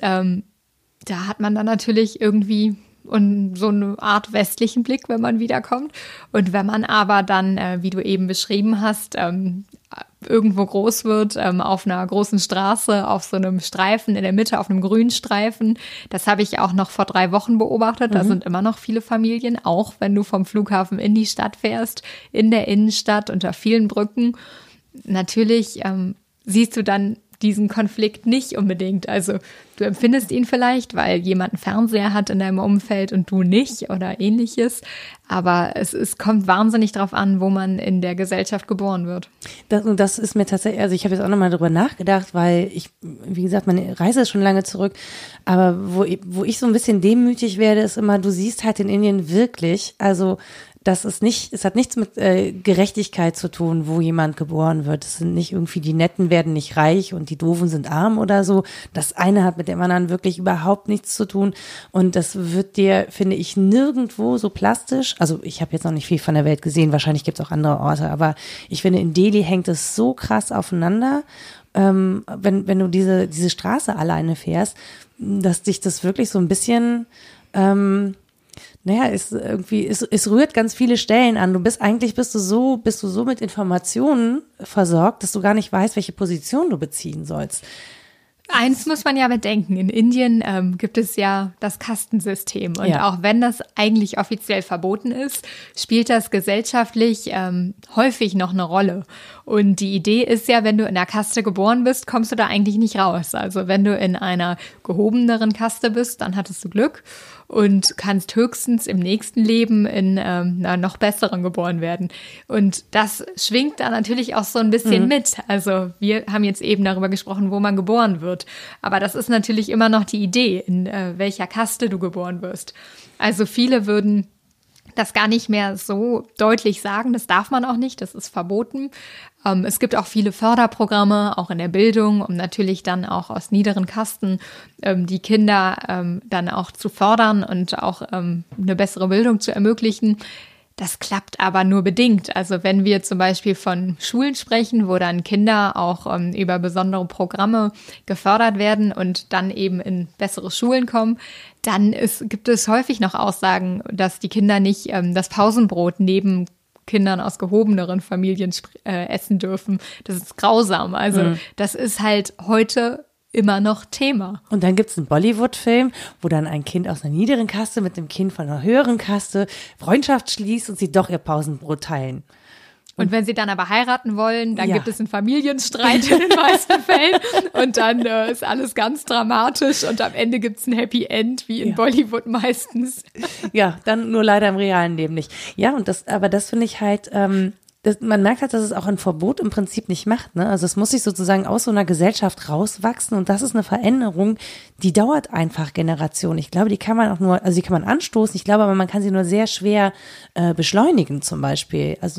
da hat man dann natürlich irgendwie und so eine Art westlichen Blick, wenn man wiederkommt. Und wenn man aber dann, wie du eben beschrieben hast, irgendwo groß wird, auf einer großen Straße, auf so einem Streifen in der Mitte, auf einem grünen Streifen. Das habe ich auch noch vor 3 Wochen beobachtet. Da sind immer noch viele Familien, auch wenn du vom Flughafen in die Stadt fährst, in der Innenstadt, unter vielen Brücken. Natürlich siehst du dann diesen Konflikt nicht unbedingt. Also du empfindest ihn vielleicht, weil jemand einen Fernseher hat in deinem Umfeld und du nicht oder ähnliches. Aber es kommt wahnsinnig drauf an, wo man in der Gesellschaft geboren wird. Das ist mir tatsächlich, also ich habe jetzt auch nochmal drüber nachgedacht, weil wie gesagt, meine Reise ist schon lange zurück, aber wo ich so ein bisschen demütig werde, ist immer, du siehst halt in Indien wirklich, also es hat nichts mit Gerechtigkeit zu tun, wo jemand geboren wird. Es sind nicht irgendwie, die Netten werden nicht reich und die Doofen sind arm oder so. Das eine hat mit dem anderen wirklich überhaupt nichts zu tun. Und das wird dir, finde ich, nirgendwo so plastisch. Also ich habe jetzt noch nicht viel von der Welt gesehen, wahrscheinlich gibt es auch andere Orte, aber ich finde, in Delhi hängt es so krass aufeinander, wenn du diese Straße alleine fährst, dass dich das wirklich so ein bisschen es rührt ganz viele Stellen an. Bist du so mit Informationen versorgt, dass du gar nicht weißt, welche Position du beziehen sollst. Eins muss man ja bedenken, in Indien gibt es ja das Kastensystem und auch wenn das eigentlich offiziell verboten ist, spielt das gesellschaftlich häufig noch eine Rolle. Und die Idee ist ja, wenn du in der Kaste geboren bist, kommst du da eigentlich nicht raus. Also wenn du in einer gehobeneren Kaste bist, dann hattest du Glück und kannst höchstens im nächsten Leben in einer noch besseren geboren werden. Und das schwingt da natürlich auch so ein bisschen mit. Also wir haben jetzt eben darüber gesprochen, wo man geboren wird. Aber das ist natürlich immer noch die Idee, in welcher Kaste du geboren wirst. Also viele würden das gar nicht mehr so deutlich sagen. Das darf man auch nicht, das ist verboten. Es gibt auch viele Förderprogramme, auch in der Bildung, um natürlich dann auch aus niederen Kasten die Kinder dann auch zu fördern und auch eine bessere Bildung zu ermöglichen. Das klappt aber nur bedingt. Also wenn wir zum Beispiel von Schulen sprechen, wo dann Kinder auch über besondere Programme gefördert werden und dann eben in bessere Schulen kommen, dann gibt es häufig noch Aussagen, dass die Kinder nicht das Pausenbrot neben Kindern aus gehobeneren Familien essen dürfen. Das ist grausam. Also das ist halt heute immer noch Thema. Und dann gibt's einen Bollywood-Film, wo dann ein Kind aus einer niederen Kaste mit dem Kind von einer höheren Kaste Freundschaft schließt und sie doch ihr Pausenbrot teilen. Und wenn sie dann aber heiraten wollen, dann gibt es einen Familienstreit in den meisten Fällen und dann ist alles ganz dramatisch und am Ende gibt's ein Happy End, wie in Bollywood meistens. Ja, dann nur leider im realen Leben nicht. Ja, aber das finde ich halt, man merkt halt, dass es auch ein Verbot im Prinzip nicht macht, ne? Also es muss sich sozusagen aus so einer Gesellschaft rauswachsen und das ist eine Veränderung, die dauert einfach Generationen. Ich glaube, die kann man anstoßen, ich glaube aber, man kann sie nur sehr schwer beschleunigen zum Beispiel. Also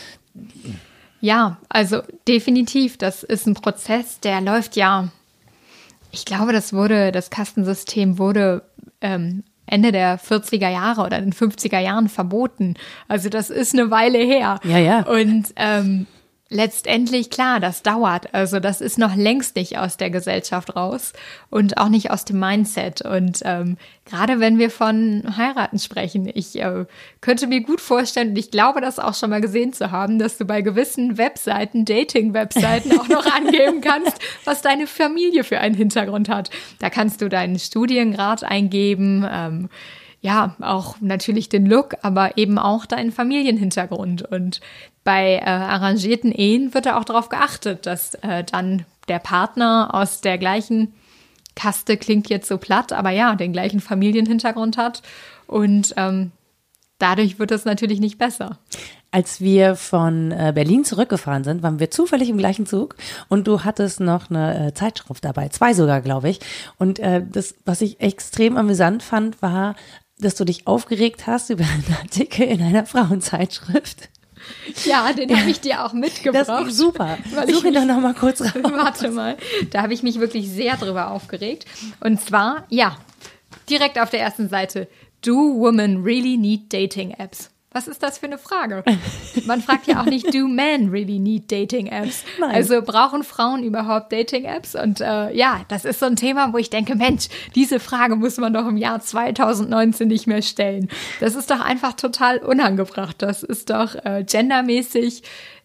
ja, also definitiv, das ist ein Prozess, der läuft ich glaube, das Kastensystem wurde Ende der 40er Jahre oder in den 50er Jahren verboten. Also das ist eine Weile her. Ja. Und letztendlich, klar, das dauert. Also das ist noch längst nicht aus der Gesellschaft raus und auch nicht aus dem Mindset. Und gerade wenn wir von Heiraten sprechen, ich könnte mir gut vorstellen, und ich glaube, das auch schon mal gesehen zu haben, dass du bei gewissen Webseiten, Dating-Webseiten auch noch angeben kannst, was deine Familie für einen Hintergrund hat. Da kannst du deinen Studiengrad eingeben, auch natürlich den Look, aber eben auch deinen Familienhintergrund. Und bei arrangierten Ehen wird da auch darauf geachtet, dass dann der Partner aus der gleichen Kaste, klingt jetzt so platt, aber den gleichen Familienhintergrund hat. Und dadurch wird es natürlich nicht besser. Als wir von Berlin zurückgefahren sind, waren wir zufällig im gleichen Zug und du hattest noch eine Zeitschrift dabei, 2 sogar, glaube ich. Und das, was ich extrem amüsant fand, war, dass du dich aufgeregt hast über einen Artikel in einer Frauenzeitschrift. Ja, den habe ich dir auch mitgebracht. Das ist super. Such ihn doch noch mal kurz raus. Warte mal, da habe ich mich wirklich sehr drüber aufgeregt. Und zwar, direkt auf der ersten Seite, do women really need dating apps? Was ist das für eine Frage? Man fragt ja auch nicht, do men really need dating apps? Nein. Also brauchen Frauen überhaupt Dating Apps? Und das ist so ein Thema, wo ich denke, Mensch, diese Frage muss man doch im Jahr 2019 nicht mehr stellen. Das ist doch einfach total unangebracht. Das ist doch gendermäßig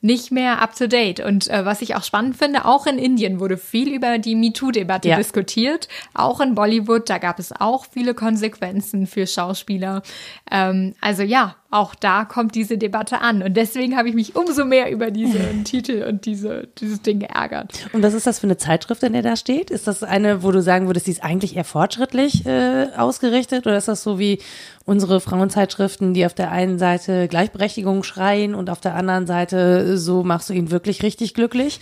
nicht mehr up to date. Und was ich auch spannend finde, auch in Indien wurde viel über die MeToo-Debatte diskutiert. Auch in Bollywood, da gab es auch viele Konsequenzen für Schauspieler. Also ja, auch da kommt diese Debatte an. Und deswegen habe ich mich umso mehr über diesen Titel und dieses Ding geärgert. Und was ist das für eine Zeitschrift, in der da steht? Ist das eine, wo du sagen würdest, die ist eigentlich eher fortschrittlich ausgerichtet? Oder ist das so wie unsere Frauenzeitschriften, die auf der einen Seite Gleichberechtigung schreien und auf der anderen Seite, so machst du ihn wirklich richtig glücklich?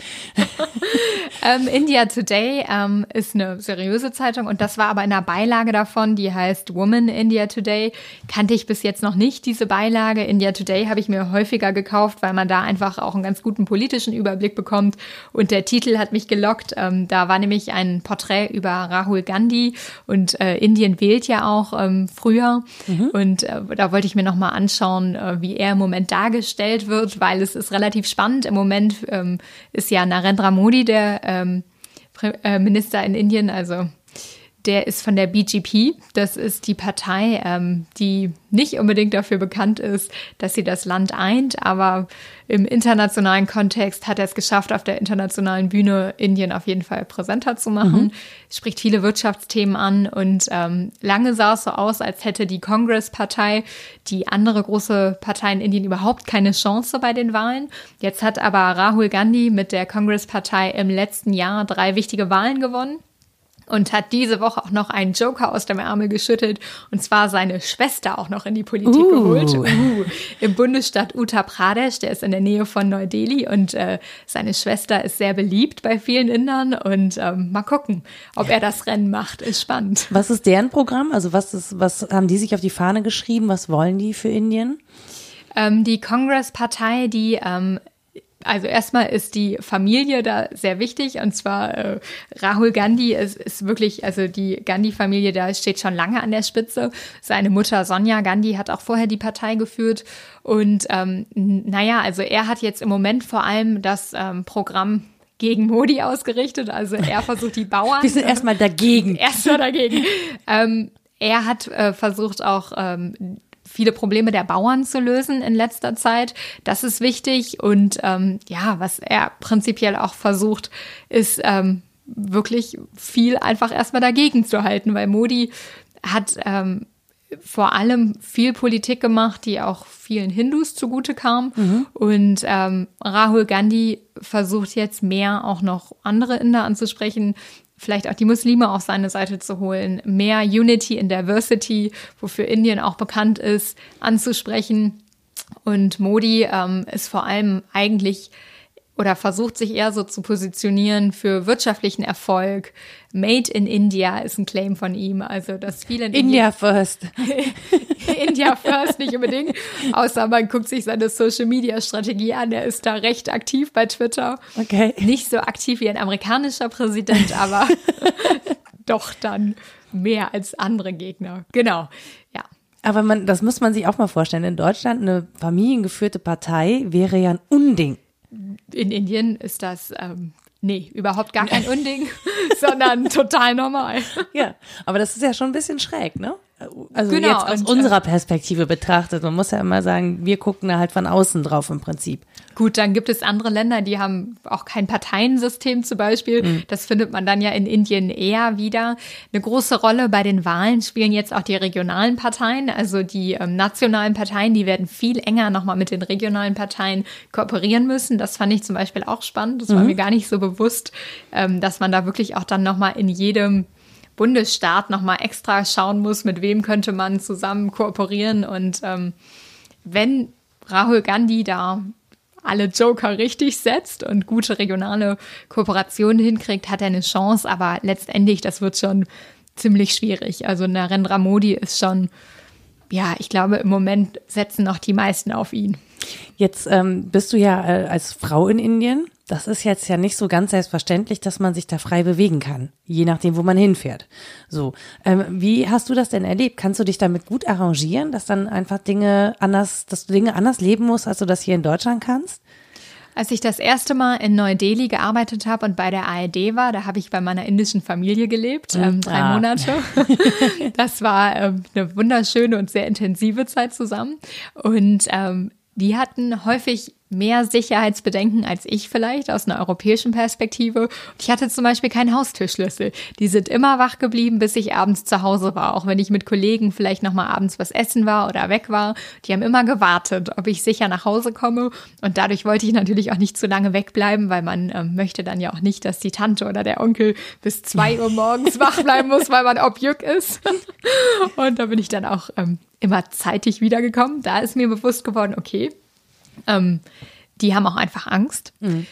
India Today ist eine seriöse Zeitung und das war aber in einer Beilage davon, die heißt Woman India Today. Kannte ich bis jetzt noch nicht, diese Beilage. India Today habe ich mir häufiger gekauft, weil man da einfach auch einen ganz guten politischen Überblick bekommt. Und der Titel hat mich gelockt. Da war nämlich ein Porträt über Rahul Gandhi und Indien wählt ja auch früher. Und da wollte ich mir nochmal anschauen, wie er im Moment dargestellt wird, weil es ist relativ spannend. Im Moment ist ja Narendra Modi der Minister in Indien, also der ist von der BJP. Das ist die Partei, die nicht unbedingt dafür bekannt ist, dass sie das Land eint, aber im internationalen Kontext hat er es geschafft, auf der internationalen Bühne Indien auf jeden Fall präsenter zu machen. Spricht viele Wirtschaftsthemen an und lange sah es so aus, als hätte die Congress-Partei, die andere große Partei in Indien, überhaupt keine Chance bei den Wahlen. Jetzt hat aber Rahul Gandhi mit der Congress-Partei im letzten Jahr 3 wichtige Wahlen gewonnen. Und hat diese Woche auch noch einen Joker aus dem Ärmel geschüttelt, und zwar seine Schwester auch noch in die Politik geholt. Im Bundesstaat Uttar Pradesh, der ist in der Nähe von Neu-Delhi, und seine Schwester ist sehr beliebt bei vielen Indern. Und mal gucken, ob er das Rennen macht, ist spannend. Was ist deren Programm? Also was haben die sich auf die Fahne geschrieben? Was wollen die für Indien? Die Congress-Partei, also erstmal ist die Familie da sehr wichtig, und zwar Rahul Gandhi ist wirklich, also die Gandhi-Familie, da steht schon lange an der Spitze. Seine Mutter Sonia Gandhi hat auch vorher die Partei geführt, und also er hat jetzt im Moment vor allem das Programm gegen Modi ausgerichtet, also er versucht die Bauern. Wir sind erstmal dagegen. Erstmal dagegen. Er hat versucht auch viele Probleme der Bauern zu lösen in letzter Zeit. Das ist wichtig. Und was er prinzipiell auch versucht, ist wirklich viel einfach erstmal dagegen zu halten, weil Modi hat vor allem viel Politik gemacht, die auch vielen Hindus zugute kam. Und Rahul Gandhi versucht jetzt mehr auch noch andere Inder anzusprechen, vielleicht auch die Muslime auf seine Seite zu holen, mehr Unity in Diversity, wofür Indien auch bekannt ist, anzusprechen. Und Modi ist vor allem eigentlich oder versucht sich eher so zu positionieren für wirtschaftlichen Erfolg. Made in India ist ein Claim von ihm, also dass viele India first. India first nicht unbedingt, außer man guckt sich seine Social-Media-Strategie an. Er ist da recht aktiv bei Twitter. Okay. Nicht so aktiv wie ein amerikanischer Präsident, aber doch dann mehr als andere Gegner. Genau, ja. Aber das muss man sich auch mal vorstellen. In Deutschland eine familiengeführte Partei wäre ja ein Unding. In Indien ist das, überhaupt gar kein Unding, sondern total normal. Ja, aber das ist ja schon ein bisschen schräg, ne? Also genau, jetzt aus unserer Perspektive betrachtet. Man muss ja immer sagen, wir gucken da halt von außen drauf im Prinzip. Gut, dann gibt es andere Länder, die haben auch kein Parteiensystem zum Beispiel. Das findet man dann ja in Indien eher wieder. Eine große Rolle bei den Wahlen spielen jetzt auch die regionalen Parteien. Also die nationalen Parteien, die werden viel enger nochmal mit den regionalen Parteien kooperieren müssen. Das fand ich zum Beispiel auch spannend. Das war mir gar nicht so bewusst, dass man da wirklich auch dann nochmal in jedem Bundesstaat nochmal extra schauen muss, mit wem könnte man zusammen kooperieren. Und wenn Rahul Gandhi da alle Joker richtig setzt und gute regionale Kooperationen hinkriegt, hat er eine Chance. Aber letztendlich, das wird schon ziemlich schwierig. Also Narendra Modi ist schon, ja, ich glaube, im Moment setzen noch die meisten auf ihn. Jetzt bist du ja als Frau in Indien. Das ist jetzt ja nicht so ganz selbstverständlich, dass man sich da frei bewegen kann, je nachdem, wo man hinfährt. So, wie hast du das denn erlebt? Kannst du dich damit gut arrangieren, dass dann einfach dass du Dinge anders leben musst, als du das hier in Deutschland kannst? Als ich das erste Mal in Neu-Delhi gearbeitet habe und bei der ARD war, da habe ich bei meiner indischen Familie gelebt, 3 Monate. Das war eine wunderschöne und sehr intensive Zeit zusammen. Und die hatten häufig mehr Sicherheitsbedenken als ich vielleicht aus einer europäischen Perspektive. Ich hatte zum Beispiel keinen Haustürschlüssel. Die sind immer wach geblieben, bis ich abends zu Hause war. Auch wenn ich mit Kollegen vielleicht noch mal abends was essen war oder weg war. Die haben immer gewartet, ob ich sicher nach Hause komme. Und dadurch wollte ich natürlich auch nicht zu lange wegbleiben, weil man möchte dann ja auch nicht, dass die Tante oder der Onkel bis 2 Uhr morgens wach bleiben muss, weil man objuk ist. Und da bin ich dann auch immer zeitig wiedergekommen. Da ist mir bewusst geworden, okay, die haben auch einfach Angst.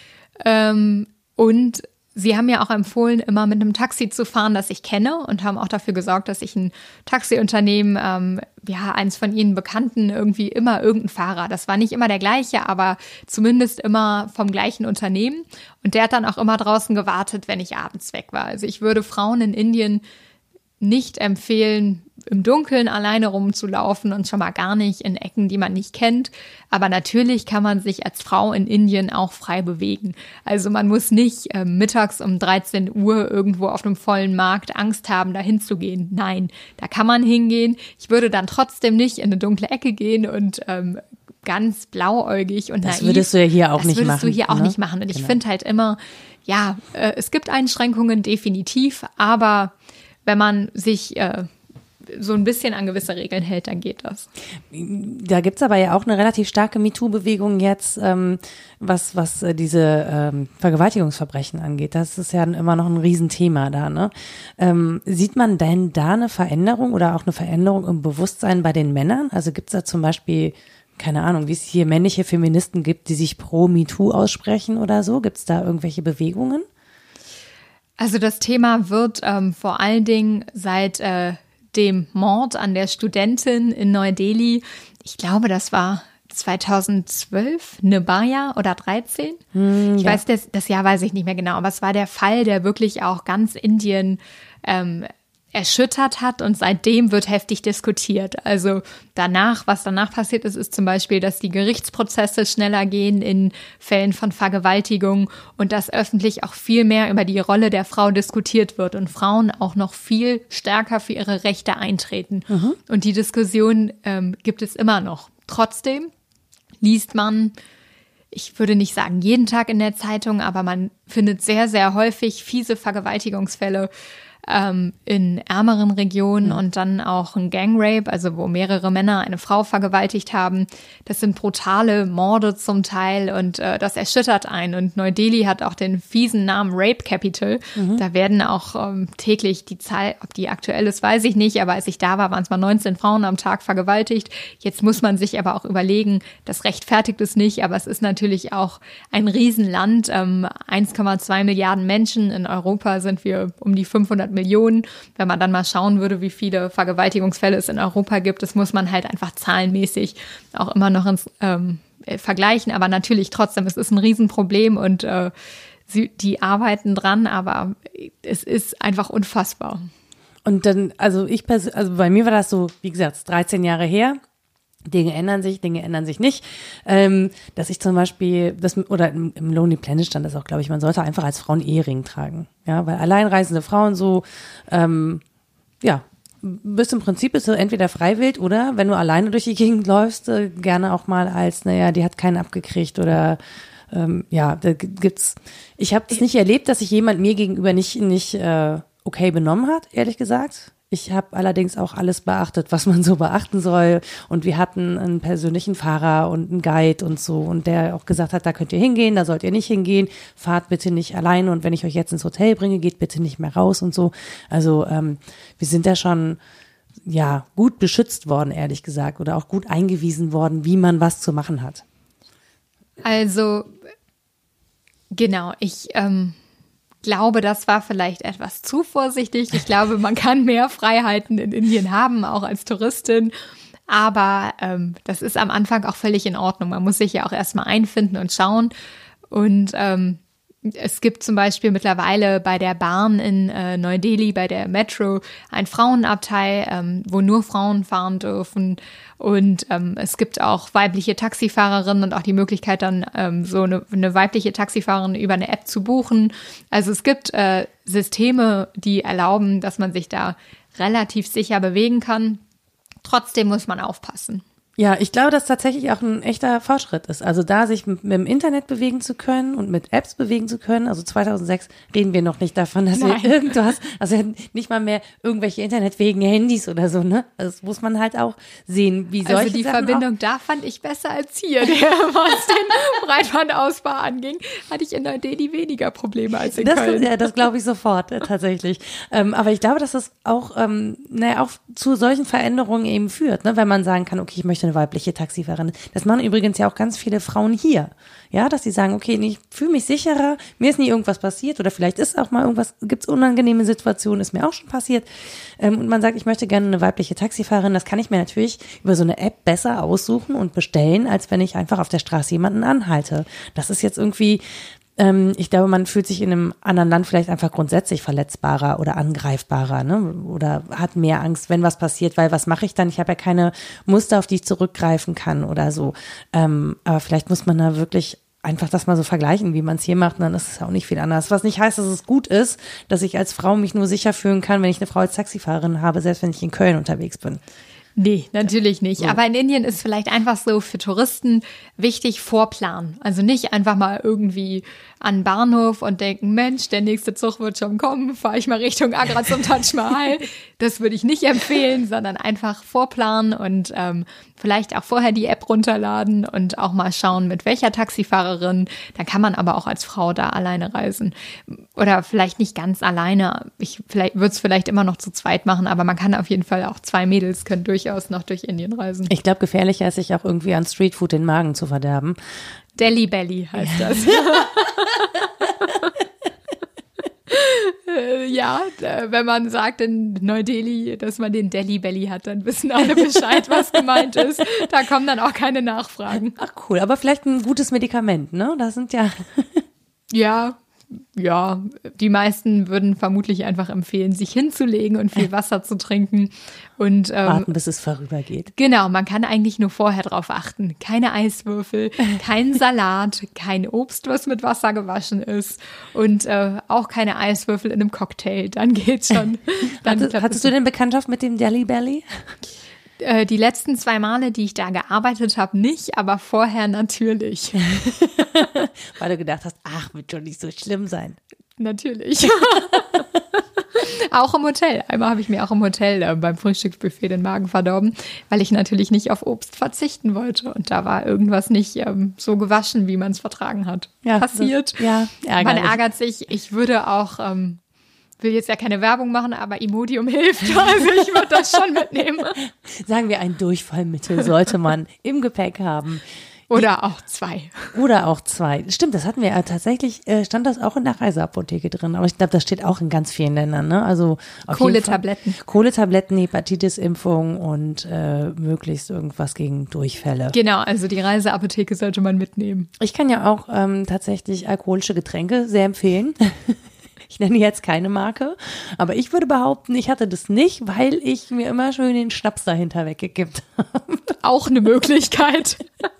Und sie haben ja auch empfohlen, immer mit einem Taxi zu fahren, das ich kenne, und haben auch dafür gesorgt, dass ich ein Taxiunternehmen, eins von ihnen Bekannten, irgendwie immer irgendein Fahrer. Das war nicht immer der gleiche, aber zumindest immer vom gleichen Unternehmen. Und der hat dann auch immer draußen gewartet, wenn ich abends weg war. Also ich würde Frauen in Indien nicht empfehlen, im Dunkeln alleine rumzulaufen und schon mal gar nicht in Ecken, die man nicht kennt. Aber natürlich kann man sich als Frau in Indien auch frei bewegen. Also man muss nicht mittags um 13 Uhr irgendwo auf einem vollen Markt Angst haben, dahin zu gehen. Nein, da kann man hingehen. Ich würde dann trotzdem nicht in eine dunkle Ecke gehen und ganz blauäugig und naiv. Das würdest du ja hier auch nicht machen. Das würdest du hier auch nicht machen. Und ich finde halt immer, es gibt Einschränkungen definitiv, aber wenn man sich so ein bisschen an gewisse Regeln hält, dann geht das. Da gibt's aber ja auch eine relativ starke MeToo-Bewegung jetzt, was diese Vergewaltigungsverbrechen angeht. Das ist ja immer noch ein Riesenthema da, ne? Sieht man denn da eine Veränderung oder auch eine Veränderung im Bewusstsein bei den Männern? Also gibt's da zum Beispiel, keine Ahnung, wie es hier männliche Feministen gibt, die sich pro MeToo aussprechen oder so? Gibt's da irgendwelche Bewegungen? Also das Thema wird vor allen Dingen seit dem Mord an der Studentin in Neu-Delhi, ich glaube, das war 2012, Nibaya oder 13. Ich weiß, das Jahr weiß ich nicht mehr genau, aber es war der Fall, der wirklich auch ganz Indien erschüttert hat, und seitdem wird heftig diskutiert. Also was danach passiert ist, ist zum Beispiel, dass die Gerichtsprozesse schneller gehen in Fällen von Vergewaltigung und dass öffentlich auch viel mehr über die Rolle der Frau diskutiert wird und Frauen auch noch viel stärker für ihre Rechte eintreten. Und die Diskussion gibt es immer noch. Trotzdem liest man, ich würde nicht sagen jeden Tag in der Zeitung, aber man findet sehr, sehr häufig fiese Vergewaltigungsfälle in ärmeren Regionen und dann auch ein Gangrape, also wo mehrere Männer eine Frau vergewaltigt haben. Das sind brutale Morde zum Teil und das erschüttert einen. Und Neu-Delhi hat auch den fiesen Namen Rape Capital. Da werden auch täglich die Zahl, ob die aktuell ist, weiß ich nicht, aber als ich da war, waren es mal 19 Frauen am Tag vergewaltigt. Jetzt muss man sich aber auch überlegen, das rechtfertigt es nicht, aber es ist natürlich auch ein Riesenland, 1,2 Milliarden Menschen. In Europa sind wir um die 500 Millionen. Wenn man dann mal schauen würde, wie viele Vergewaltigungsfälle es in Europa gibt, das muss man halt einfach zahlenmäßig auch immer noch ins vergleichen. Aber natürlich trotzdem, es ist ein Riesenproblem und die arbeiten dran, aber es ist einfach unfassbar. Und dann, also bei mir war das so, wie gesagt, 13 Jahre her. Dinge ändern sich nicht. Dass ich zum Beispiel, oder im Lonely Planet stand das auch, glaube ich, man sollte einfach als Frau einen Ehering tragen. Ja, weil alleinreisende Frauen so, bist im Prinzip bist du entweder freiwillig oder, wenn du alleine durch die Gegend läufst, gerne auch mal als, die hat keinen abgekriegt oder, da gibt's, ich habe das nicht erlebt, dass sich jemand mir gegenüber nicht okay benommen hat, ehrlich gesagt. Ich habe allerdings auch alles beachtet, was man so beachten soll. Und wir hatten einen persönlichen Fahrer und einen Guide und so. Und der auch gesagt hat, da könnt ihr hingehen, da sollt ihr nicht hingehen. Fahrt bitte nicht alleine. Und wenn ich euch jetzt ins Hotel bringe, geht bitte nicht mehr raus und so. Also wir sind da schon gut beschützt worden, ehrlich gesagt. Oder auch gut eingewiesen worden, wie man was zu machen hat. Also genau, ich glaube, das war vielleicht etwas zu vorsichtig. Ich glaube, man kann mehr Freiheiten in Indien haben, auch als Touristin. Aber das ist am Anfang auch völlig in Ordnung. Man muss sich ja auch erstmal einfinden und schauen. Und es gibt zum Beispiel mittlerweile bei der Bahn in Neu-Delhi, bei der Metro, ein Frauenabteil, wo nur Frauen fahren dürfen. Und es gibt auch weibliche Taxifahrerinnen und auch die Möglichkeit, dann so eine weibliche Taxifahrerin über eine App zu buchen. Also es gibt Systeme, die erlauben, dass man sich da relativ sicher bewegen kann. Trotzdem muss man aufpassen. Ja, ich glaube, dass tatsächlich auch ein echter Fortschritt ist. Also da sich mit dem Internet bewegen zu können und mit Apps bewegen zu können. Also 2006 reden wir noch nicht davon, dass wir irgendwas, also nicht mal mehr irgendwelche internetfähigen Handys oder so, ne? Also das muss man halt auch sehen, wie solche Also die Sachen Verbindung da fand ich besser als hier. Was den Breitbandausbau anging, hatte ich in Neu-Delhi weniger Probleme als in Köln. Ja, das glaube ich sofort, tatsächlich. Aber ich glaube, dass das auch, auch zu solchen Veränderungen eben führt, ne? Wenn man sagen kann, okay, ich möchte eine weibliche Taxifahrerin. Das machen übrigens ja auch ganz viele Frauen hier. Ja, dass sie sagen, okay, ich fühle mich sicherer, mir ist nie irgendwas passiert oder vielleicht ist auch mal irgendwas, gibt es unangenehme Situationen, ist mir auch schon passiert. Und man sagt, ich möchte gerne eine weibliche Taxifahrerin. Das kann ich mir natürlich über so eine App besser aussuchen und bestellen, als wenn ich einfach auf der Straße jemanden anhalte. Das ist jetzt irgendwie, ich glaube, man fühlt sich in einem anderen Land vielleicht einfach grundsätzlich verletzbarer oder angreifbarer, ne? Oder hat mehr Angst, wenn was passiert, weil was mache ich dann? Ich habe ja keine Muster, auf die ich zurückgreifen kann oder so. Aber vielleicht muss man da wirklich einfach das mal so vergleichen, wie man es hier macht, und dann ist es ja auch nicht viel anders. Was nicht heißt, dass es gut ist, dass ich als Frau mich nur sicher fühlen kann, wenn ich eine Frau als Taxifahrerin habe, selbst wenn ich in Köln unterwegs bin. Nee, natürlich nicht. So. Aber in Indien ist vielleicht einfach so für Touristen wichtig Vorplan. Also nicht einfach mal irgendwie an den Bahnhof und denken, Mensch, der nächste Zug wird schon kommen, fahre ich mal Richtung Agra zum Taj Mahal. Das würde ich nicht empfehlen, sondern einfach vorplanen und vielleicht auch vorher die App runterladen und auch mal schauen, mit welcher Taxifahrerin. Dann kann man aber auch als Frau da alleine reisen. Oder vielleicht nicht ganz alleine. Ich würde es vielleicht immer noch zu zweit machen, aber man kann auf jeden Fall auch 2 Mädels können durchaus noch durch Indien reisen. Ich glaube, gefährlicher ist, sich auch irgendwie an Streetfood den Magen zu verderben. Delhi Belly heißt das. Ja, wenn man sagt in Neu-Delhi, dass man den Delhi Belly hat, dann wissen alle Bescheid, was gemeint ist. Da kommen dann auch keine Nachfragen. Ach cool, aber vielleicht ein gutes Medikament, ne? Das sind ja... Ja, die meisten würden vermutlich einfach empfehlen, sich hinzulegen und viel Wasser zu trinken. Und warten, bis es vorübergeht. Genau, man kann eigentlich nur vorher drauf achten. Keine Eiswürfel, kein Salat, kein Obst, was mit Wasser gewaschen ist und auch keine Eiswürfel in einem Cocktail. Dann geht's schon. Hattest du denn Bekanntschaft mit dem Delhi Belly? Die letzten 2 Male, die ich da gearbeitet habe, nicht, aber vorher natürlich. Weil du gedacht hast, ach, wird schon nicht so schlimm sein. Natürlich. Auch im Hotel. Einmal habe ich mir auch im Hotel beim Frühstücksbuffet den Magen verdorben, weil ich natürlich nicht auf Obst verzichten wollte. Und da war irgendwas nicht so gewaschen, wie man es vertragen hat. Ja, passiert. Man ärgert sich. Ich würde auch... will jetzt ja keine Werbung machen, aber Imodium hilft. Also ich würde das schon mitnehmen. Sagen wir, ein Durchfallmittel sollte man im Gepäck haben. Oder auch 2. Oder auch 2. Stimmt, das hatten wir ja tatsächlich, stand das auch in der Reiseapotheke drin. Aber ich glaube, das steht auch in ganz vielen Ländern, ne? Also Kohletabletten. Kohletabletten, Hepatitis-Impfung und möglichst irgendwas gegen Durchfälle. Genau, also die Reiseapotheke sollte man mitnehmen. Ich kann ja auch tatsächlich alkoholische Getränke sehr empfehlen. Ich nenne jetzt keine Marke, aber ich würde behaupten, ich hatte das nicht, weil ich mir immer schön den Schnaps dahinter weggekippt habe. Auch eine Möglichkeit.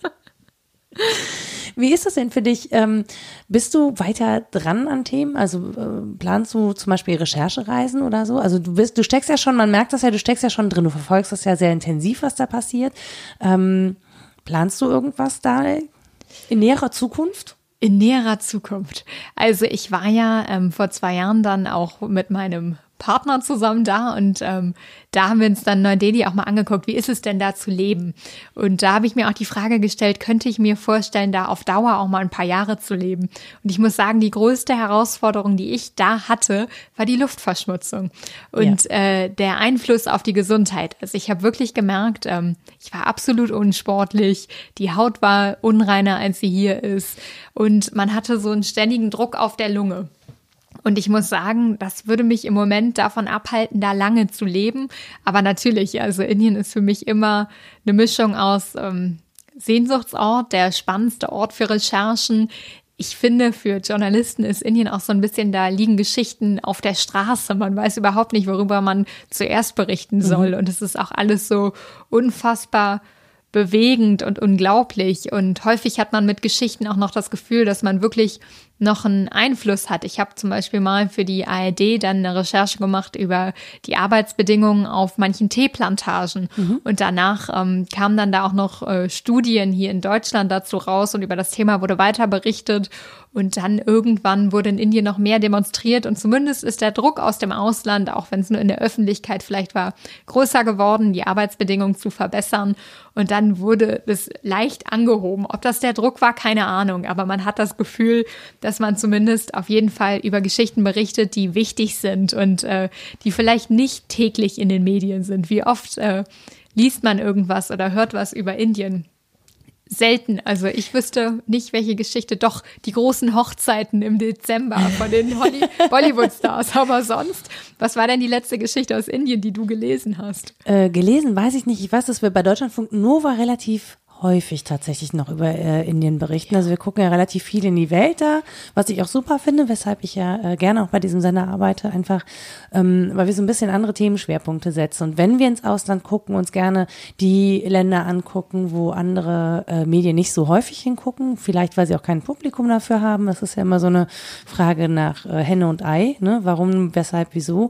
Wie ist das denn für dich? Bist du weiter dran an Themen? Also planst du zum Beispiel Recherchereisen oder so? Also du steckst ja schon, man merkt das ja, du steckst ja schon drin, du verfolgst das ja sehr intensiv, was da passiert. Planst du irgendwas da in näherer Zukunft? In näherer Zukunft. Also ich war ja vor 2 Jahren dann auch mit meinem Partner zusammen da und da haben wir uns dann Neu-Delhi auch mal angeguckt, wie ist es denn da zu leben? Und da habe ich mir auch die Frage gestellt, könnte ich mir vorstellen, da auf Dauer auch mal ein paar Jahre zu leben? Und ich muss sagen, die größte Herausforderung, die ich da hatte, war die Luftverschmutzung und der Einfluss auf die Gesundheit. Also ich habe wirklich gemerkt, ich war absolut unsportlich, die Haut war unreiner, als sie hier ist und man hatte so einen ständigen Druck auf der Lunge. Und ich muss sagen, das würde mich im Moment davon abhalten, da lange zu leben. Aber natürlich, also Indien ist für mich immer eine Mischung aus Sehnsuchtsort, der spannendste Ort für Recherchen. Ich finde, für Journalisten ist Indien auch so ein bisschen, da liegen Geschichten auf der Straße. Man weiß überhaupt nicht, worüber man zuerst berichten soll. Und es ist auch alles so unfassbar bewegend und unglaublich. Und häufig hat man mit Geschichten auch noch das Gefühl, dass man wirklich noch einen Einfluss hat. Ich habe zum Beispiel mal für die ARD dann eine Recherche gemacht über die Arbeitsbedingungen auf manchen Teeplantagen. Und danach kamen dann da auch noch Studien hier in Deutschland dazu raus und über das Thema wurde weiter berichtet. Und dann irgendwann wurde in Indien noch mehr demonstriert und zumindest ist der Druck aus dem Ausland, auch wenn es nur in der Öffentlichkeit vielleicht war, größer geworden, die Arbeitsbedingungen zu verbessern. Und dann wurde es leicht angehoben. Ob das der Druck war, keine Ahnung. Aber man hat das Gefühl, dass man zumindest auf jeden Fall über Geschichten berichtet, die wichtig sind und die vielleicht nicht täglich in den Medien sind. Wie oft liest man irgendwas oder hört was über Indien? Selten. Also ich wüsste nicht, welche Geschichte. Doch, die großen Hochzeiten im Dezember von den Bollywood-Stars. Aber sonst, was war denn die letzte Geschichte aus Indien, die du gelesen hast? Gelesen weiß ich nicht. Ich weiß, dass wir bei Deutschlandfunk Nova relativ häufig tatsächlich noch über Indien berichten. Also wir gucken ja relativ viel in die Welt da, was ich auch super finde, weshalb ich ja gerne auch bei diesem Sender arbeite, einfach weil wir so ein bisschen andere Themenschwerpunkte setzen. Und wenn wir ins Ausland gucken, uns gerne die Länder angucken, wo andere Medien nicht so häufig hingucken, vielleicht weil sie auch kein Publikum dafür haben. Das ist ja immer so eine Frage nach Henne und Ei, ne? Warum, weshalb, wieso.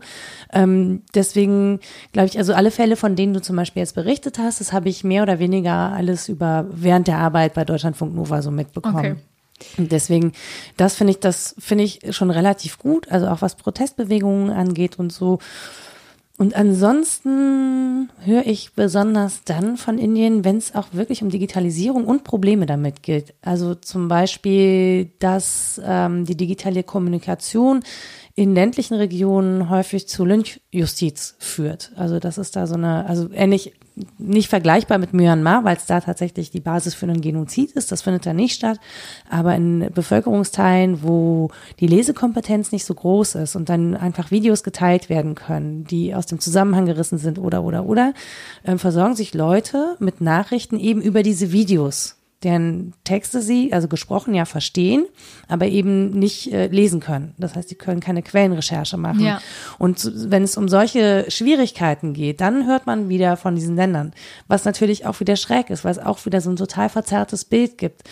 Deswegen glaube ich, also alle Fälle, von denen du zum Beispiel jetzt berichtet hast, das habe ich mehr oder weniger alles während der Arbeit bei Deutschlandfunk Nova so mitbekommen. Okay. Und deswegen, das finde ich schon relativ gut, also auch was Protestbewegungen angeht und so. Und ansonsten höre ich besonders dann von Indien, wenn es auch wirklich um Digitalisierung und Probleme damit geht. Also zum Beispiel, dass die digitale Kommunikation in ländlichen Regionen häufig zu Lynchjustiz führt. Also das ist da so eine, also ähnlich, nicht vergleichbar mit Myanmar, weil es da tatsächlich die Basis für einen Genozid ist. Das findet da nicht statt. Aber in Bevölkerungsteilen, wo die Lesekompetenz nicht so groß ist und dann einfach Videos geteilt werden können, die aus dem Zusammenhang gerissen sind oder, versorgen sich Leute mit Nachrichten eben über diese Videos, deren Texte sie, also gesprochen, ja verstehen, aber eben nicht lesen können. Das heißt, sie können keine Quellenrecherche machen. Ja. Und wenn es um solche Schwierigkeiten geht, dann hört man wieder von diesen Ländern, was natürlich auch wieder schräg ist, weil es auch wieder so ein total verzerrtes Bild gibt.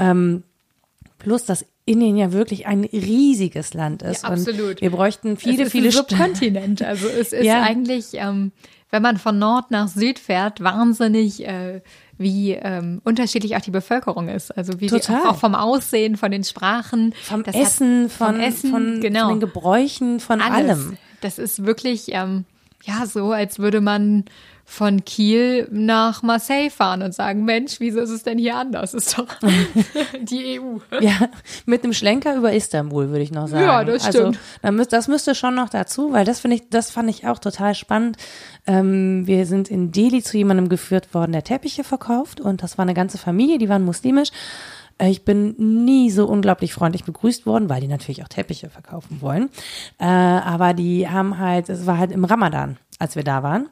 Plus, dass Indien ja wirklich ein riesiges Land ist. Ja, absolut. Und wir bräuchten viele ein Subkontinent. Also es ist eigentlich, wenn man von Nord nach Süd fährt, wahnsinnig wie unterschiedlich auch die Bevölkerung ist. Also wie die auch vom Aussehen, von den Sprachen. Vom Essen, von den Gebräuchen, von allem. Das ist wirklich so, als würde man von Kiel nach Marseille fahren und sagen, Mensch, wieso ist es denn hier anders? Ist doch die EU. Ja, mit einem Schlenker über Istanbul, würde ich noch sagen. Ja, das stimmt. Also, das müsste schon noch dazu, weil das fand ich auch total spannend. Wir sind in Delhi zu jemandem geführt worden, der Teppiche verkauft und das war eine ganze Familie, die waren muslimisch. Ich bin nie so unglaublich freundlich begrüßt worden, weil die natürlich auch Teppiche verkaufen wollen. Aber die haben halt, es war halt im Ramadan, als wir da waren.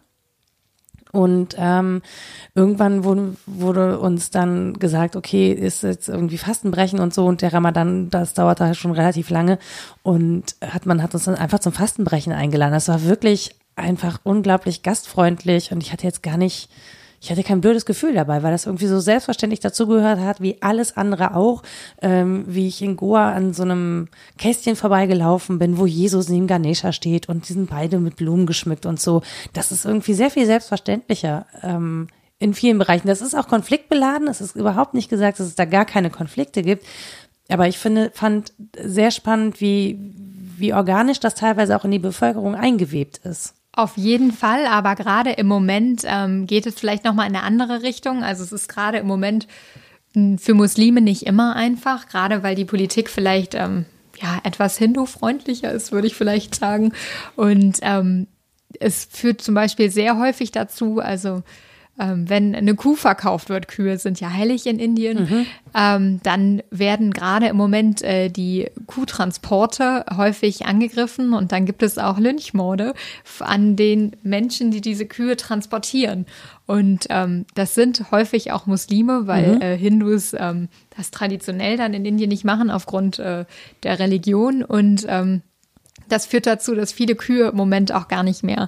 Und irgendwann wurde uns dann gesagt, okay, ist jetzt irgendwie Fastenbrechen und so und der Ramadan, das dauert halt schon relativ lange und man hat uns dann einfach zum Fastenbrechen eingeladen. Das war wirklich einfach unglaublich gastfreundlich und ich hatte kein blödes Gefühl dabei, weil das irgendwie so selbstverständlich dazugehört hat, wie alles andere auch, wie ich in Goa an so einem Kästchen vorbeigelaufen bin, wo Jesus neben Ganesha steht und die sind beide mit Blumen geschmückt und so. Das ist irgendwie sehr viel selbstverständlicher in vielen Bereichen. Das ist auch konfliktbeladen, es ist überhaupt nicht gesagt, dass es da gar keine Konflikte gibt, aber ich fand sehr spannend, wie organisch das teilweise auch in die Bevölkerung eingewebt ist. Auf jeden Fall, aber gerade im Moment geht es vielleicht nochmal in eine andere Richtung. Also es ist gerade im Moment für Muslime nicht immer einfach, gerade weil die Politik vielleicht etwas hindufreundlicher ist, würde ich vielleicht sagen. Und es führt zum Beispiel sehr häufig dazu, also wenn eine Kuh verkauft wird, Kühe sind ja heilig in Indien, dann werden gerade im Moment die Kuhtransporte häufig angegriffen und dann gibt es auch Lynchmorde an den Menschen, die diese Kühe transportieren. Und das sind häufig auch Muslime, weil Hindus das traditionell dann in Indien nicht machen aufgrund der Religion und das führt dazu, dass viele Kühe im Moment auch gar nicht mehr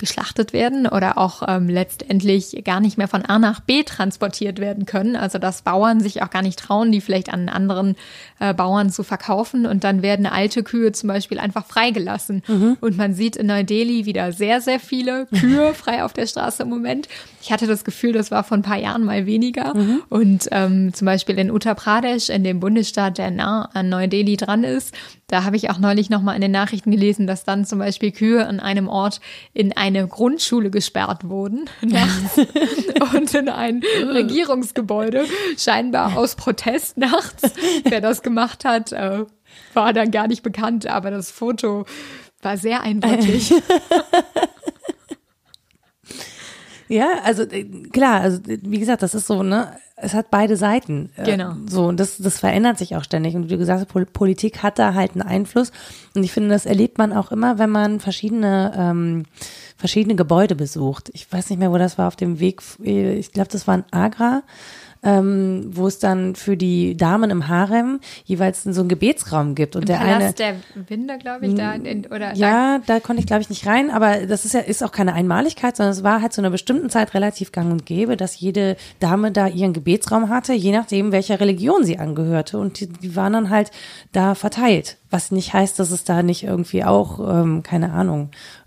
geschlachtet werden oder auch letztendlich gar nicht mehr von A nach B transportiert werden können. Also dass Bauern sich auch gar nicht trauen, die vielleicht an anderen Bauern zu verkaufen. Und dann werden alte Kühe zum Beispiel einfach freigelassen. Und man sieht in Neu-Delhi wieder sehr, sehr viele Kühe frei auf der Straße im Moment. Ich hatte das Gefühl, das war vor ein paar Jahren mal weniger. Und zum Beispiel in Uttar Pradesh, in dem Bundesstaat, der nah an Neu-Delhi dran ist, da habe ich auch neulich nochmal in den Nachrichten gelesen, dass dann zum Beispiel Kühe an einem Ort in eine Grundschule gesperrt wurden nachts und in ein Regierungsgebäude, scheinbar aus Protest nachts. Wer das gemacht hat, war dann gar nicht bekannt, aber das Foto war sehr eindeutig. Ja, also klar, also wie gesagt, das ist so, ne, es hat beide Seiten. Genau. So, und das verändert sich auch ständig. Und wie du gesagt hast, Politik hat da halt einen Einfluss. Und ich finde, das erlebt man auch immer, wenn man verschiedene Gebäude besucht. Ich weiß nicht mehr, wo das war auf dem Weg. Ich glaube, das war in Agra. Wo es dann für die Damen im Harem jeweils so einen Gebetsraum gibt. Und Im der Palast der Winde, glaube ich, da konnte ich, glaube ich, nicht rein, aber das ist auch keine Einmaligkeit, sondern es war halt zu einer bestimmten Zeit relativ gang und gäbe, dass jede Dame da ihren Gebetsraum hatte, je nachdem, welcher Religion sie angehörte, und die waren dann halt da verteilt, was nicht heißt, dass es da nicht irgendwie auch, keine Ahnung,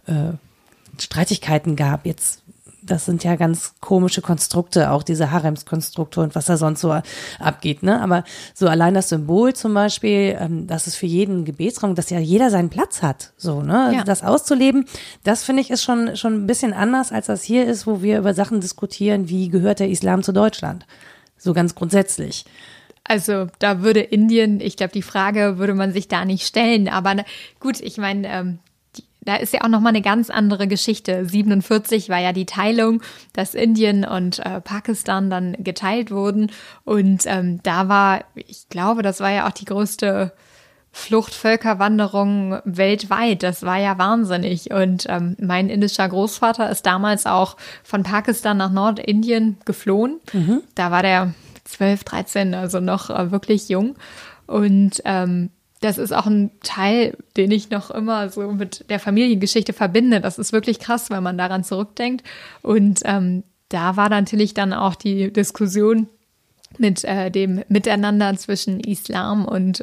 Streitigkeiten gab. Jetzt, das sind ja ganz komische Konstrukte, auch diese Haremskonstrukte und was da sonst so abgeht, ne? Aber so allein das Symbol zum Beispiel, dass es für jeden Gebetsraum, dass ja jeder seinen Platz hat, so, ne? Ja. Das auszuleben, das finde ich ist schon ein bisschen anders, als das hier ist, wo wir über Sachen diskutieren, wie gehört der Islam zu Deutschland? So ganz grundsätzlich. Also da würde Indien, ich glaube, die Frage würde man sich da nicht stellen. Aber gut, ich meine, da ist ja auch nochmal eine ganz andere Geschichte. 47 war ja die Teilung, dass Indien und Pakistan dann geteilt wurden. Und da war, ich glaube, das war ja auch die größte Fluchtvölkerwanderung weltweit. Das war ja wahnsinnig. Und mein indischer Großvater ist damals auch von Pakistan nach Nordindien geflohen. Da war der 12, 13, also noch wirklich jung. Und das ist auch ein Teil, den ich noch immer so mit der Familiengeschichte verbinde. Das ist wirklich krass, wenn man daran zurückdenkt. Und da war natürlich dann auch die Diskussion mit dem Miteinander zwischen Islam und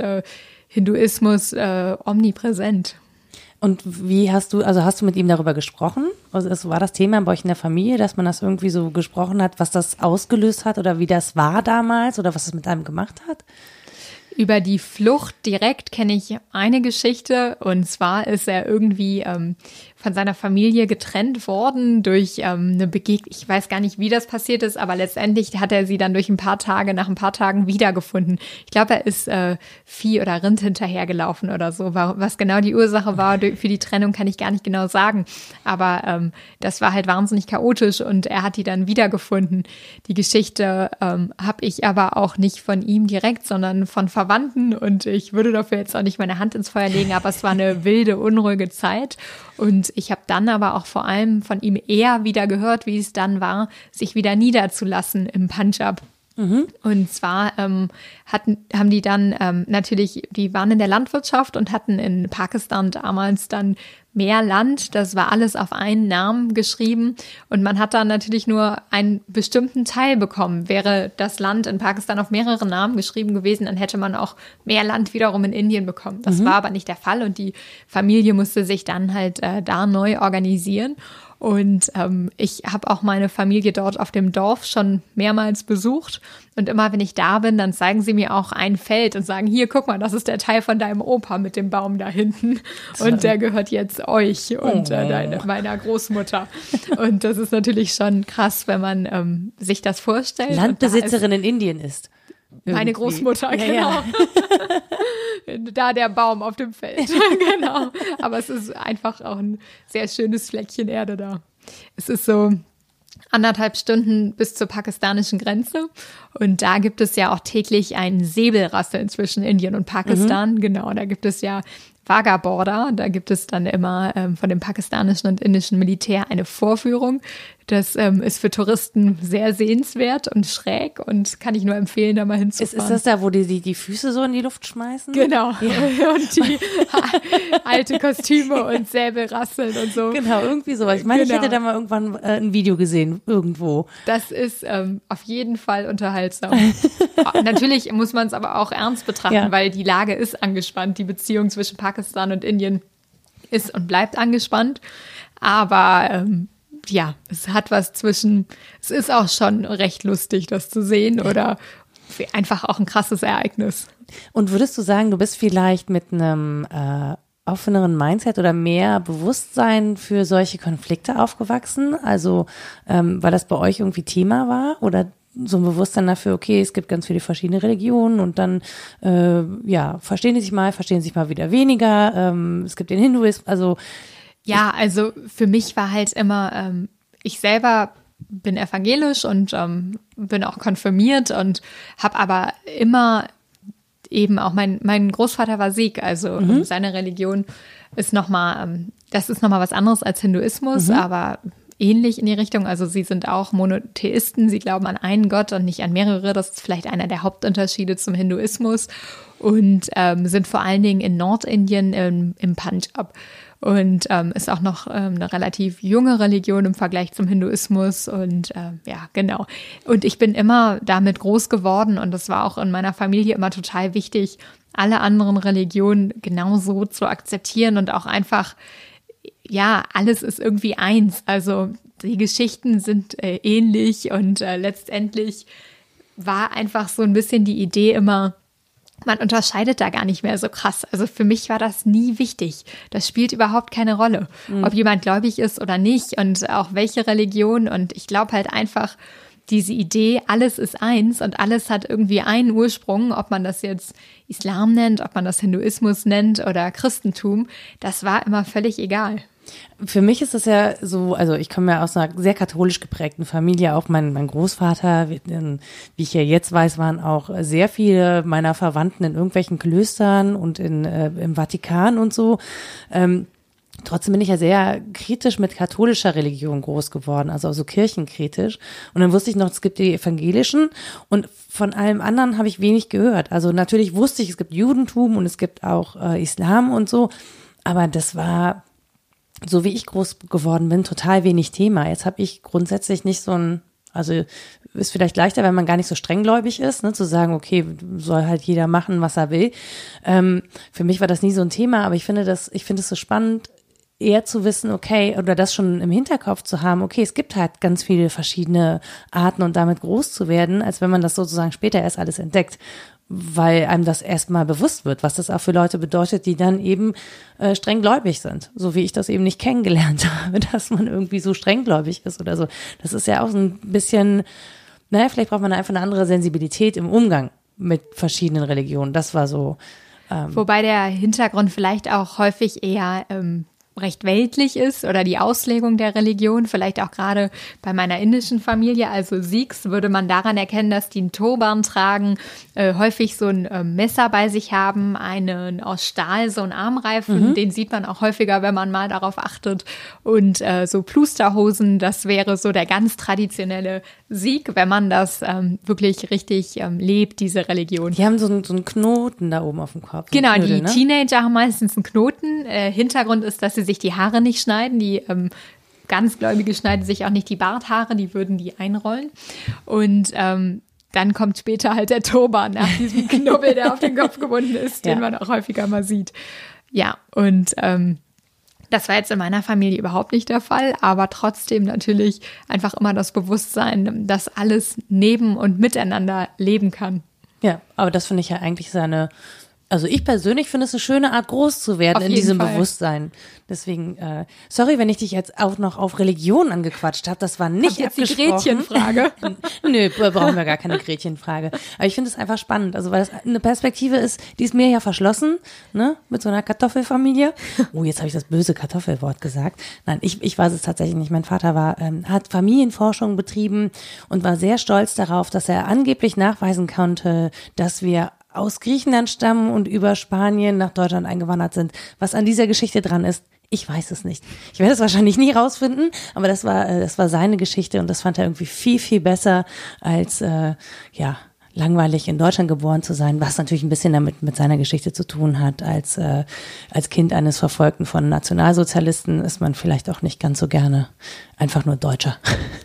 Hinduismus omnipräsent. Und wie hast du mit ihm darüber gesprochen? Also war das Thema bei euch in der Familie, dass man das irgendwie so gesprochen hat, was das ausgelöst hat oder wie das war damals oder was es mit einem gemacht hat? Über die Flucht direkt kenne ich eine Geschichte, und zwar ist er irgendwie von seiner Familie getrennt worden durch eine Begegnung. Ich weiß gar nicht, wie das passiert ist, aber letztendlich hat er sie dann nach ein paar Tagen wiedergefunden. Ich glaube, er ist Vieh oder Rind hinterhergelaufen oder so. Was genau die Ursache war für die Trennung, kann ich gar nicht genau sagen. Aber das war halt wahnsinnig chaotisch und er hat die dann wiedergefunden. Die Geschichte habe ich aber auch nicht von ihm direkt, sondern von Verwandten, und ich würde dafür jetzt auch nicht meine Hand ins Feuer legen, aber es war eine wilde, unruhige Zeit. Und ich habe dann aber auch vor allem von ihm eher wieder gehört, wie es dann war, sich wieder niederzulassen im Punjab. Und zwar haben die dann natürlich, die waren in der Landwirtschaft und hatten in Pakistan damals dann mehr Land. Das war alles auf einen Namen geschrieben und man hat dann natürlich nur einen bestimmten Teil bekommen. Wäre das Land in Pakistan auf mehrere Namen geschrieben gewesen, dann hätte man auch mehr Land wiederum in Indien bekommen. Das war aber nicht der Fall und die Familie musste sich dann halt da neu organisieren. Und ich habe auch meine Familie dort auf dem Dorf schon mehrmals besucht. Und immer, wenn ich da bin, dann zeigen sie mir auch ein Feld und sagen, hier, guck mal, das ist der Teil von deinem Opa mit dem Baum da hinten. Und der gehört jetzt euch und meiner Großmutter. Und das ist natürlich schon krass, wenn man sich das vorstellt. Landbesitzerin in Indien ist. Meine Großmutter, genau. Ja. Da der Baum auf dem Feld, genau. Aber es ist einfach auch ein sehr schönes Fleckchen Erde da. Es ist so 1,5 Stunden bis zur pakistanischen Grenze. Und da gibt es ja auch täglich ein Säbelrasseln zwischen Indien und Pakistan. Genau, da gibt es ja Wagah Border. Da gibt es dann immer von dem pakistanischen und indischen Militär eine Vorführung. Das ist für Touristen sehr sehenswert und schräg und kann ich nur empfehlen, da mal hinzufahren. Ist das da, wo die Füße so in die Luft schmeißen? Genau. Ja. Und die alte Kostüme und Säbel rasseln und so. Genau, irgendwie sowas. Ich meine, Ich hätte da mal irgendwann ein Video gesehen, irgendwo. Das ist auf jeden Fall unterhaltsam. Natürlich muss man es aber auch ernst betrachten, weil die Lage ist angespannt. Die Beziehung zwischen Pakistan und Indien ist und bleibt angespannt. Aber es hat was zwischen, es ist auch schon recht lustig, das zu sehen oder einfach auch ein krasses Ereignis. Und würdest du sagen, du bist vielleicht mit einem offeneren Mindset oder mehr Bewusstsein für solche Konflikte aufgewachsen? Also, weil das bei euch irgendwie Thema war oder so ein Bewusstsein dafür, okay, es gibt ganz viele verschiedene Religionen und dann, verstehen sich mal wieder weniger. Es gibt den Hinduismus, also ja, also für mich war halt immer, ich selber bin evangelisch und bin auch konfirmiert und habe aber immer eben auch, mein Großvater war Sikh, also seine Religion ist nochmal, das ist nochmal was anderes als Hinduismus, aber ähnlich in die Richtung. Also sie sind auch Monotheisten, sie glauben an einen Gott und nicht an mehrere. Das ist vielleicht einer der Hauptunterschiede zum Hinduismus und sind vor allen Dingen in Nordindien im Punjab. Und ist auch noch eine relativ junge Religion im Vergleich zum Hinduismus und genau. Und ich bin immer damit groß geworden und das war auch in meiner Familie immer total wichtig, alle anderen Religionen genauso zu akzeptieren und auch einfach, alles ist irgendwie eins. Also die Geschichten sind ähnlich und letztendlich war einfach so ein bisschen die Idee immer, man unterscheidet da gar nicht mehr so krass. Also für mich war das nie wichtig. Das spielt überhaupt keine Rolle, ob jemand gläubig ist oder nicht und auch welche Religion. Und ich glaube halt einfach, diese Idee, alles ist eins und alles hat irgendwie einen Ursprung, ob man das jetzt Islam nennt, ob man das Hinduismus nennt oder Christentum, das war immer völlig egal. Für mich ist das ja so, also ich komme ja aus einer sehr katholisch geprägten Familie, auch mein Großvater, wie ich ja jetzt weiß, waren auch sehr viele meiner Verwandten in irgendwelchen Klöstern und im Vatikan und so. Trotzdem bin ich ja sehr kritisch mit katholischer Religion groß geworden, also so kirchenkritisch. Und dann wusste ich noch, es gibt die evangelischen und von allem anderen habe ich wenig gehört. Also natürlich wusste ich, es gibt Judentum und es gibt auch Islam und so, aber das war, so wie ich groß geworden bin, total wenig Thema. Jetzt habe ich grundsätzlich nicht so also ist vielleicht leichter, wenn man gar nicht so strenggläubig ist, ne, zu sagen, okay, soll halt jeder machen, was er will. Für mich war das nie so ein Thema, aber ich finde es so spannend, eher zu wissen, okay, oder das schon im Hinterkopf zu haben, okay, es gibt halt ganz viele verschiedene Arten und damit groß zu werden, als wenn man das sozusagen später erst alles entdeckt, weil einem das erstmal bewusst wird, was das auch für Leute bedeutet, die dann eben strenggläubig sind, so wie ich das eben nicht kennengelernt habe, dass man irgendwie so strenggläubig ist oder so. Das ist ja auch so ein bisschen, vielleicht braucht man einfach eine andere Sensibilität im Umgang mit verschiedenen Religionen. Das war so. Wobei der Hintergrund vielleicht auch häufig eher recht weltlich ist oder die Auslegung der Religion, vielleicht auch gerade bei meiner indischen Familie, also Sikhs, würde man daran erkennen, dass die einen Turban tragen, häufig so ein Messer bei sich haben, einen aus Stahl, so einen Armreifen, den sieht man auch häufiger, wenn man mal darauf achtet, und so Plusterhosen, das wäre so der ganz traditionelle Sikh, wenn man das wirklich richtig lebt, diese Religion. Die haben so einen Knoten da oben auf dem Kopf. Genau, Knödel, die Teenager haben meistens einen Knoten. Hintergrund ist, dass sie sich die Haare nicht schneiden. Die Ganzgläubige schneiden sich auch nicht die Barthaare, die würden die einrollen. Und dann kommt später halt der Turban nach diesem Knubbel, der auf den Kopf gebunden ist, den man auch häufiger mal sieht. Ja, und das war jetzt in meiner Familie überhaupt nicht der Fall, aber trotzdem natürlich einfach immer das Bewusstsein, dass alles neben und miteinander leben kann. Ja, aber das finde ich ja eigentlich also ich persönlich finde es eine schöne Art, groß zu werden in diesem Bewusstsein. Deswegen, sorry, wenn ich dich jetzt auch noch auf Religion angequatscht habe. Das war nicht jetzt abgesprochen. Die Gretchenfrage. Nö, brauchen wir gar keine Gretchenfrage. Aber ich finde es einfach spannend. Also weil das eine Perspektive ist, die ist mir ja verschlossen, ne, mit so einer Kartoffelfamilie. Oh, jetzt habe ich das böse Kartoffelwort gesagt. Nein, ich weiß es tatsächlich nicht. Mein Vater hat Familienforschung betrieben und war sehr stolz darauf, dass er angeblich nachweisen konnte, dass wir aus Griechenland stammen und über Spanien nach Deutschland eingewandert sind. Was an dieser Geschichte dran ist, Ich weiß es nicht. Ich werde es wahrscheinlich nie rausfinden, aber das war seine Geschichte und das fand er irgendwie viel, viel besser als, langweilig in Deutschland geboren zu sein, was natürlich ein bisschen damit mit seiner Geschichte zu tun hat. Als Kind eines Verfolgten von Nationalsozialisten ist man vielleicht auch nicht ganz so gerne einfach nur Deutscher.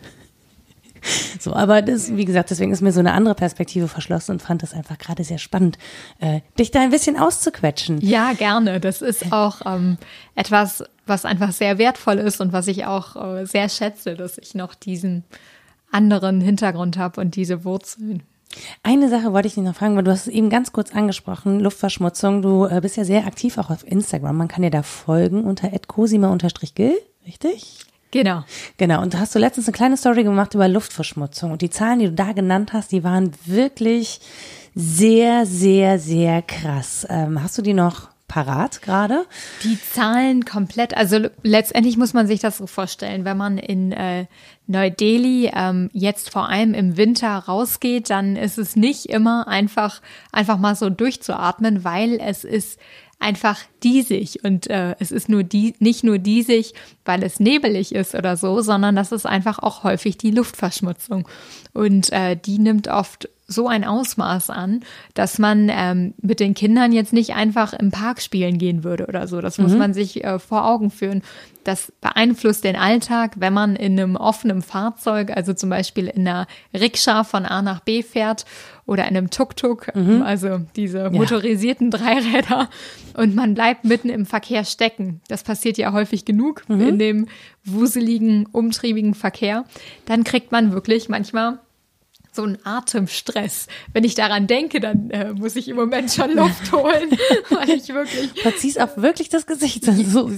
So, aber das, wie gesagt, deswegen ist mir so eine andere Perspektive verschlossen und fand das einfach gerade sehr spannend, dich da ein bisschen auszuquetschen. Ja, gerne. Das ist auch etwas, was einfach sehr wertvoll ist und was ich auch sehr schätze, dass ich noch diesen anderen Hintergrund habe und diese Wurzeln. Eine Sache wollte ich dich noch fragen, weil du hast es eben ganz kurz angesprochen, Luftverschmutzung. Du bist ja sehr aktiv auch auf Instagram. Man kann dir da folgen unter @cosima_gil, richtig? Genau. Genau. Und da hast du letztens eine kleine Story gemacht über Luftverschmutzung. Und die Zahlen, die du da genannt hast, die waren wirklich sehr, sehr, sehr krass. Hast du die noch parat gerade? Die Zahlen komplett, also letztendlich muss man sich das so vorstellen, wenn man in Neu-Delhi jetzt vor allem im Winter rausgeht, dann ist es nicht immer einfach mal so durchzuatmen, weil es ist einfach diesig und es ist nicht nur diesig, weil es nebelig ist oder so, sondern das ist einfach auch häufig die Luftverschmutzung und die nimmt oft so ein Ausmaß an, dass man mit den Kindern jetzt nicht einfach im Park spielen gehen würde oder so. Das muss man sich vor Augen führen. Das beeinflusst den Alltag, wenn man in einem offenen Fahrzeug, also zum Beispiel in einer Rikscha von A nach B fährt oder in einem Tuk-Tuk, also diese motorisierten Dreiräder, und man bleibt mitten im Verkehr stecken. Das passiert ja häufig genug in dem wuseligen, umtriebigen Verkehr. Dann kriegt man wirklich manchmal so ein Atemstress. Wenn ich daran denke, dann muss ich im Moment schon Luft holen, weil ich wirklich... Verziehst auch wirklich das Gesicht. So.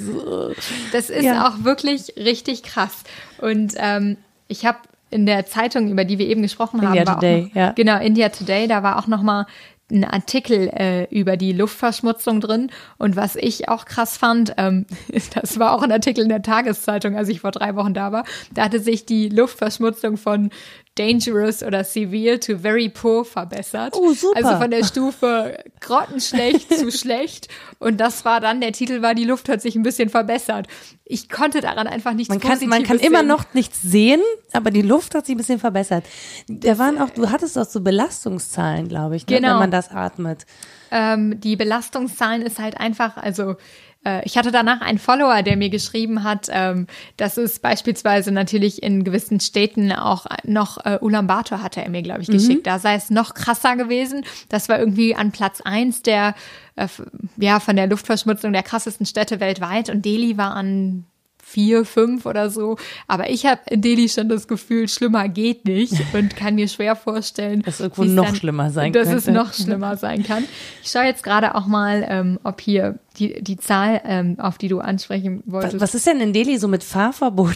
Das ist auch wirklich richtig krass. Und ich habe in der Zeitung, über die wir eben gesprochen haben, India Today, genau, India Today, da war auch noch mal ein Artikel über die Luftverschmutzung drin. Und was ich auch krass fand, das war auch ein Artikel in der Tageszeitung, als ich vor 3 Wochen da war, da hatte sich die Luftverschmutzung von dangerous oder severe to very poor verbessert. Oh, super. Also von der Stufe grottenschlecht zu schlecht. Und das war dann, der Titel war, die Luft hat sich ein bisschen verbessert. Ich konnte daran einfach nichts Positives Man kann immer noch nichts sehen, aber die Luft hat sich ein bisschen verbessert. Da waren auch, du hattest auch so Belastungszahlen, glaube ich, ne, genau, wenn man das atmet. Die Belastungszahlen ist halt einfach, also ich hatte danach einen Follower, der mir geschrieben hat, dass es beispielsweise natürlich in gewissen Städten auch noch Ulaanbaatar hatte er mir, glaube ich, geschickt. Da sei es noch krasser gewesen. Das war irgendwie an Platz 1 der von der Luftverschmutzung der krassesten Städte weltweit, und Delhi war an 4, 5 oder so. Aber ich habe in Delhi schon das Gefühl, schlimmer geht nicht, und kann mir schwer vorstellen, dass es irgendwo noch schlimmer sein könnte. Dass es noch schlimmer sein kann. Ich schaue jetzt gerade auch mal, ob hier die Zahl, auf die du ansprechen wolltest. Was ist denn in Delhi so mit Fahrverbot?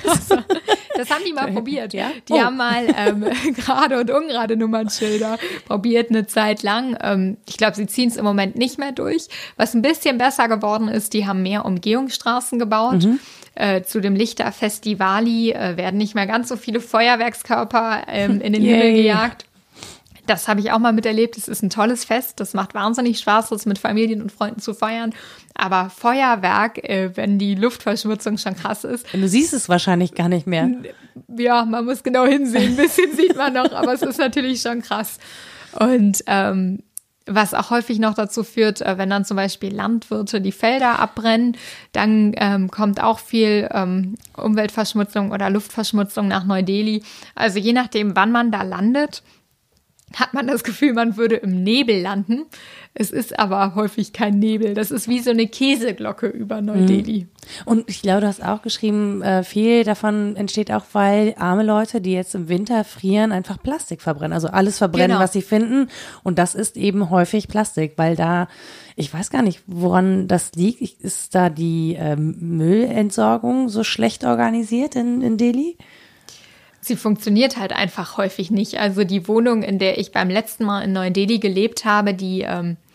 Das haben die mal probiert. Ja? Die haben mal gerade und ungerade Nummernschilder probiert eine Zeit lang. Ich glaube, sie ziehen es im Moment nicht mehr durch. Was ein bisschen besser geworden ist, die haben mehr Umgehungsstraßen gebaut. Zu dem Lichterfestivali werden nicht mehr ganz so viele Feuerwerkskörper in den Himmel gejagt. Das habe ich auch mal miterlebt. Es ist ein tolles Fest. Das macht wahnsinnig Spaß, das mit Familien und Freunden zu feiern. Aber Feuerwerk, wenn die Luftverschmutzung schon krass ist. Du siehst es wahrscheinlich gar nicht mehr. Ja, man muss genau hinsehen. Ein bisschen sieht man noch, aber es ist natürlich schon krass. Und was auch häufig noch dazu führt, wenn dann zum Beispiel Landwirte die Felder abbrennen, dann kommt auch viel Umweltverschmutzung oder Luftverschmutzung nach Neu-Delhi. Also je nachdem, wann man da landet, hat man das Gefühl, man würde im Nebel landen. Es ist aber häufig kein Nebel. Das ist wie so eine Käseglocke über Neu-Delhi. Und ich glaube, du hast auch geschrieben, viel davon entsteht auch, weil arme Leute, die jetzt im Winter frieren, einfach Plastik verbrennen. Also alles verbrennen, Genau, was sie finden. Und das ist eben häufig Plastik, weil da, ich weiß gar nicht, woran das liegt. Ist da die Müllentsorgung so schlecht organisiert in Delhi? Sie funktioniert halt einfach häufig nicht. Also die Wohnung, in der ich beim letzten Mal in Neu-Delhi gelebt habe, die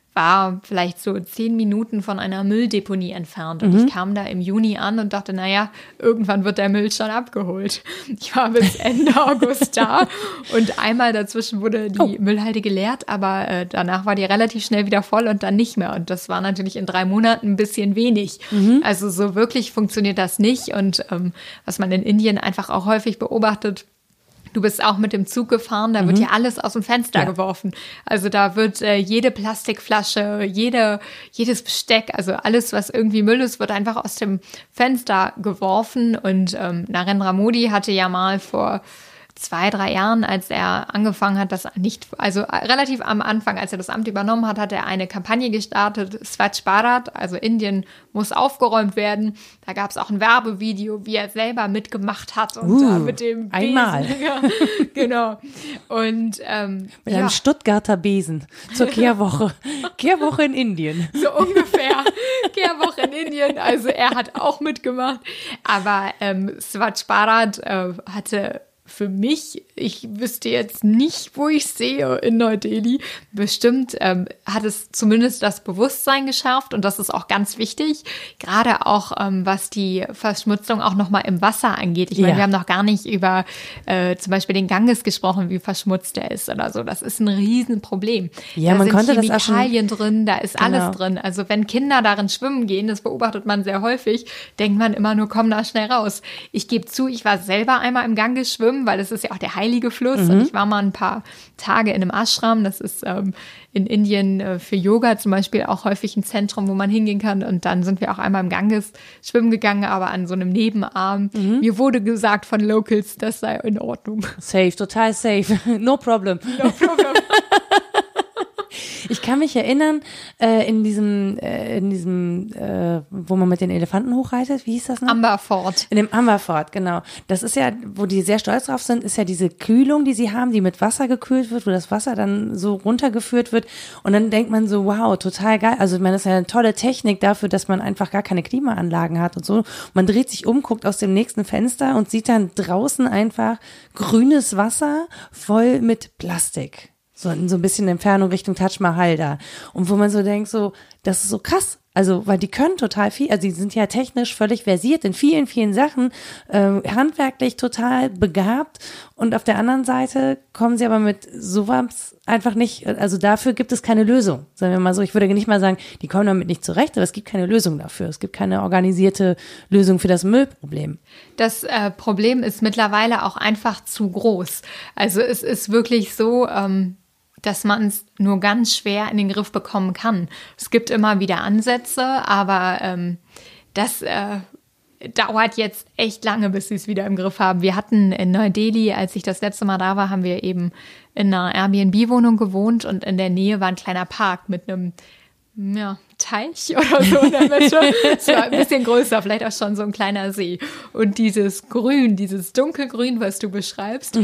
war vielleicht so 10 Minuten von einer Mülldeponie entfernt. Und ich kam da im Juni an und dachte, naja, irgendwann wird der Müll schon abgeholt. Ich war bis Ende August da und einmal dazwischen wurde die Müllhalde geleert, aber danach war die relativ schnell wieder voll und dann nicht mehr. Und das war natürlich in 3 Monaten ein bisschen wenig. Also so wirklich funktioniert das nicht. Und was man in Indien einfach auch häufig beobachtet, du bist auch mit dem Zug gefahren, da wird ja alles aus dem Fenster geworfen. Also da wird jede Plastikflasche, jedes Besteck, also alles, was irgendwie Müll ist, wird einfach aus dem Fenster geworfen. Und Narendra Modi hatte ja mal vor 2, 3 Jahren, als er angefangen hat, also relativ am Anfang, als er das Amt übernommen hat, hat er eine Kampagne gestartet, Swachh Bharat, also Indien muss aufgeräumt werden. Da gab es auch ein Werbevideo, wie er selber mitgemacht hat und mit dem Besen. Einmal. Ja, genau. Und mit einem Stuttgarter Besen zur Kehrwoche. Kehrwoche in Indien. So ungefähr. Kehrwoche in Indien. Also er hat auch mitgemacht. Aber Swachh Bharat hatte für mich, ich wüsste jetzt nicht, wo ich sehe in Neu-Delhi. Bestimmt hat es zumindest das Bewusstsein geschärft und das ist auch ganz wichtig, gerade auch was die Verschmutzung auch nochmal im Wasser angeht. Ich meine, wir haben noch gar nicht über zum Beispiel den Ganges gesprochen, wie verschmutzt der ist oder so. Das ist ein Riesenproblem. Ja, da man sind konnte Chemikalien das auch schon, drin, da ist alles drin. Also wenn Kinder darin schwimmen gehen, das beobachtet man sehr häufig, denkt man immer nur, komm da schnell raus. Ich gebe zu, ich war selber einmal im Ganges schwimmen, weil es ist ja auch der heilige Fluss und ich war mal ein paar Tage in einem Ashram, das ist in Indien für Yoga zum Beispiel auch häufig ein Zentrum, wo man hingehen kann und dann sind wir auch einmal im Ganges schwimmen gegangen, aber an so einem Nebenarm. Mir wurde gesagt von Locals, das sei in Ordnung. Safe, total safe, no problem. No problem. Ich kann mich erinnern, in diesem, wo man mit den Elefanten hochreitet, wie hieß das noch? Amber Fort. In dem Amber Fort, genau. Das ist ja, wo die sehr stolz drauf sind, ist ja diese Kühlung, die sie haben, die mit Wasser gekühlt wird, wo das Wasser dann so runtergeführt wird. Und dann denkt man so, wow, total geil. Also ich meine, das ist ja eine tolle Technik dafür, dass man einfach gar keine Klimaanlagen hat und so. Man dreht sich um, guckt aus dem nächsten Fenster und sieht dann draußen einfach grünes Wasser voll mit Plastik. So in so ein bisschen Entfernung Richtung Taj Mahal da. Und wo man so denkt, so, das ist so krass. Also, weil die können total viel, also die sind ja technisch völlig versiert in vielen, vielen Sachen, handwerklich total begabt. Und auf der anderen Seite kommen sie aber mit sowas einfach nicht, also dafür gibt es keine Lösung. Sagen wir mal so, ich würde nicht mal sagen, die kommen damit nicht zurecht, aber es gibt keine Lösung dafür. Es gibt keine organisierte Lösung für das Müllproblem. Das Problem ist mittlerweile auch einfach zu groß. Also es ist wirklich so, dass man es nur ganz schwer in den Griff bekommen kann. Es gibt immer wieder Ansätze, aber das dauert jetzt echt lange, bis sie es wieder im Griff haben. Wir hatten in Neu-Delhi, als ich das letzte Mal da war, haben wir eben in einer Airbnb-Wohnung gewohnt und in der Nähe war ein kleiner Park mit einem Teich oder so in der Mitte. Es war ein bisschen größer, vielleicht auch schon so ein kleiner See. Und dieses Grün, dieses Dunkelgrün, was du beschreibst,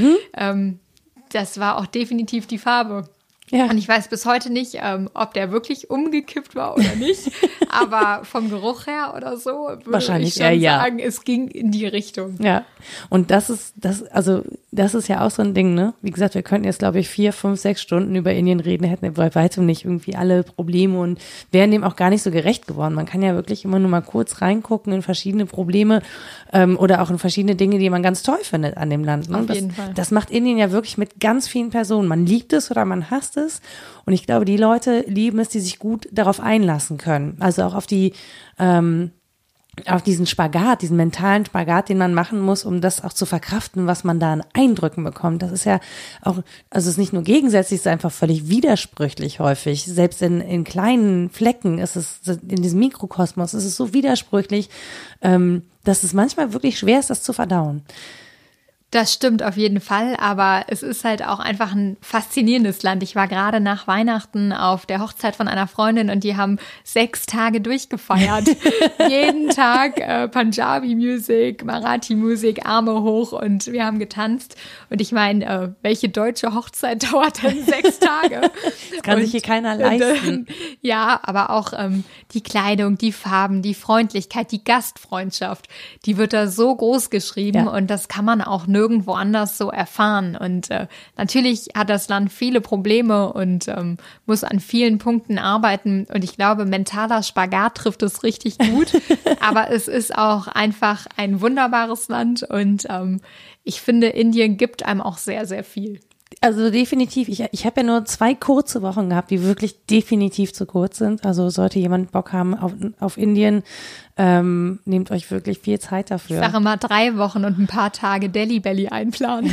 das war auch definitiv die Farbe. Ja. Und ich weiß bis heute nicht, ob der wirklich umgekippt war oder nicht, aber vom Geruch her oder so würde ich schon sagen, es ging in die Richtung. Ja, und das ist ja auch so ein Ding, ne? Wie gesagt, wir könnten jetzt, glaube ich, 4, 5, 6 Stunden über Indien reden, hätten bei weitem nicht irgendwie alle Probleme und wären dem auch gar nicht so gerecht geworden. Man kann ja wirklich immer nur mal kurz reingucken in verschiedene Probleme oder auch in verschiedene Dinge, die man ganz toll findet an dem Land. Ne? Auf jeden Fall. Das macht Indien ja wirklich mit ganz vielen Personen. Man liebt es oder man hasst es. Und ich glaube, die Leute lieben es, die sich gut darauf einlassen können. Also auch auf diesen Spagat, diesen mentalen Spagat, den man machen muss, um das auch zu verkraften, was man da an Eindrücken bekommt. Das ist ja auch, also es ist nicht nur gegensätzlich, es ist einfach völlig widersprüchlich häufig. Selbst in kleinen Flecken ist es, in diesem Mikrokosmos ist es so widersprüchlich, dass es manchmal wirklich schwer ist, das zu verdauen. Das stimmt auf jeden Fall, aber es ist halt auch einfach ein faszinierendes Land. Ich war gerade nach Weihnachten auf der Hochzeit von einer Freundin und die haben 6 Tage durchgefeiert. Jeden Tag Punjabi-Musik, Marathi-Musik, Arme hoch und wir haben getanzt. Und ich meine, welche deutsche Hochzeit dauert denn 6 Tage? Das kann sich hier keiner leisten. Ja, aber auch die Kleidung, die Farben, die Freundlichkeit, die Gastfreundschaft, die wird da so groß geschrieben und das kann man auch nirgendwo nirgendwo anders so erfahren. Und natürlich hat das Land viele Probleme und muss an vielen Punkten arbeiten. Und ich glaube, mentaler Spagat trifft es richtig gut. Aber es ist auch einfach ein wunderbares Land und ich finde, Indien gibt einem auch sehr, sehr viel. Also definitiv. Ich habe ja nur 2 kurze Wochen gehabt, die wirklich definitiv zu kurz sind. Also sollte jemand Bock haben auf Indien, nehmt euch wirklich viel Zeit dafür. Ich sage mal 3 Wochen und ein paar Tage Delhi Belly einplanen.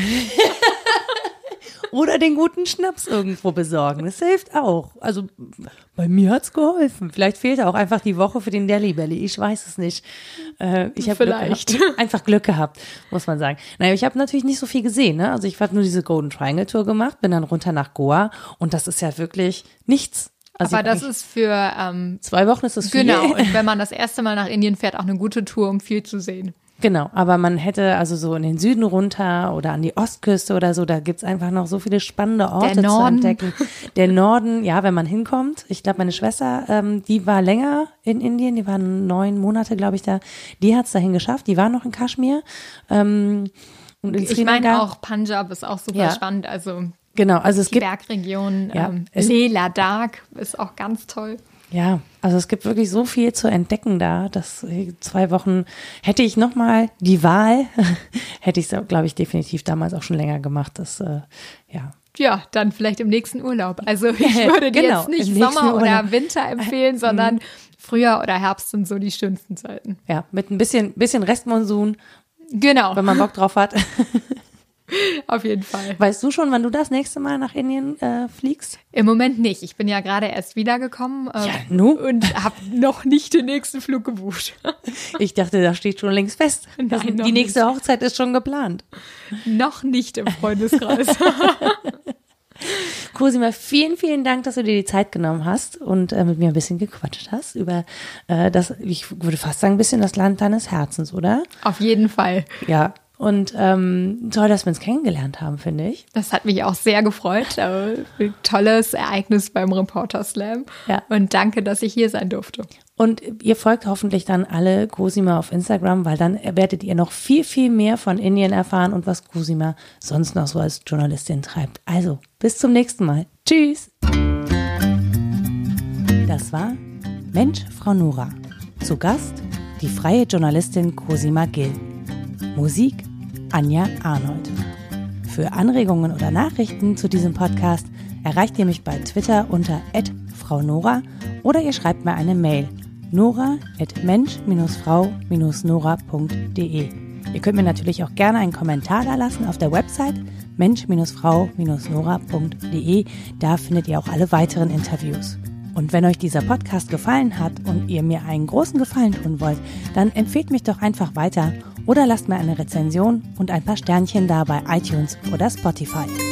Oder den guten Schnaps irgendwo besorgen. Das hilft auch. Also bei mir hat's geholfen. Vielleicht fehlte auch einfach die Woche für den Delhi Belly. Ich weiß es nicht. Ich habe einfach Glück gehabt, muss man sagen. Naja, ich habe natürlich nicht so viel gesehen. Ne? Also ich habe nur diese Golden Triangle Tour gemacht, bin dann runter nach Goa und das ist ja wirklich nichts. Also aber das ist für 2 Wochen ist das viel. Genau, und wenn man das erste Mal nach Indien fährt, auch eine gute Tour, um viel zu sehen. Genau, aber man hätte also so in den Süden runter oder an die Ostküste oder so, da gibt's einfach noch so viele spannende Orte zu entdecken. Der Norden, ja, wenn man hinkommt. Ich glaube, meine Schwester, die war länger in Indien, die war 9 Monate, glaube ich, da. Die hat's dahin geschafft, die war noch in Kaschmir. Und ich meine auch Punjab ist auch super spannend, also genau, also es gibt Bergregion, Leh Ladakh ist auch ganz toll. Ja, also es gibt wirklich so viel zu entdecken da, dass 2 Wochen, hätte ich nochmal die Wahl, hätte ich es, glaube ich, definitiv damals auch schon länger gemacht. Das, Ja, dann vielleicht im nächsten Urlaub. Also ich würde dir jetzt nicht Sommer oder Winter empfehlen, sondern Frühjahr oder Herbst sind so die schönsten Zeiten. Ja, mit ein bisschen Restmonsun. Genau. Wenn man Bock drauf hat. Auf jeden Fall. Weißt du schon, wann du das nächste Mal nach Indien fliegst? Im Moment nicht. Ich bin ja gerade erst wiedergekommen und habe noch nicht den nächsten Flug gebucht. Ich dachte, das steht schon längst fest. Nein, die nächste Hochzeit ist schon geplant. Noch nicht im Freundeskreis. Cosima, vielen, vielen Dank, dass du dir die Zeit genommen hast und mit mir ein bisschen gequatscht hast über das, ich würde fast sagen, ein bisschen das Land deines Herzens, oder? Auf jeden Fall. Ja. Und toll, dass wir uns kennengelernt haben, finde ich. Das hat mich auch sehr gefreut. Tolles Ereignis beim Reporter Slam. Ja. Und danke, dass ich hier sein durfte. Und ihr folgt hoffentlich dann alle Cosima auf Instagram, weil dann werdet ihr noch viel, viel mehr von Indien erfahren und was Cosima sonst noch so als Journalistin treibt. Also, bis zum nächsten Mal. Tschüss. Das war Mensch, Frau Nora. Zu Gast die freie Journalistin Cosima Gill. Musik Anja Arnold. Für Anregungen oder Nachrichten zu diesem Podcast erreicht ihr mich bei Twitter unter @fraunora oder ihr schreibt mir eine Mail nora@mensch-frau-nora.de. Ihr könnt mir natürlich auch gerne einen Kommentar da lassen auf der Website mensch-frau-nora.de. Da findet ihr auch alle weiteren Interviews. Und wenn euch dieser Podcast gefallen hat und ihr mir einen großen Gefallen tun wollt, dann empfehlt mich doch einfach weiter oder lasst mir eine Rezension und ein paar Sternchen da bei iTunes oder Spotify.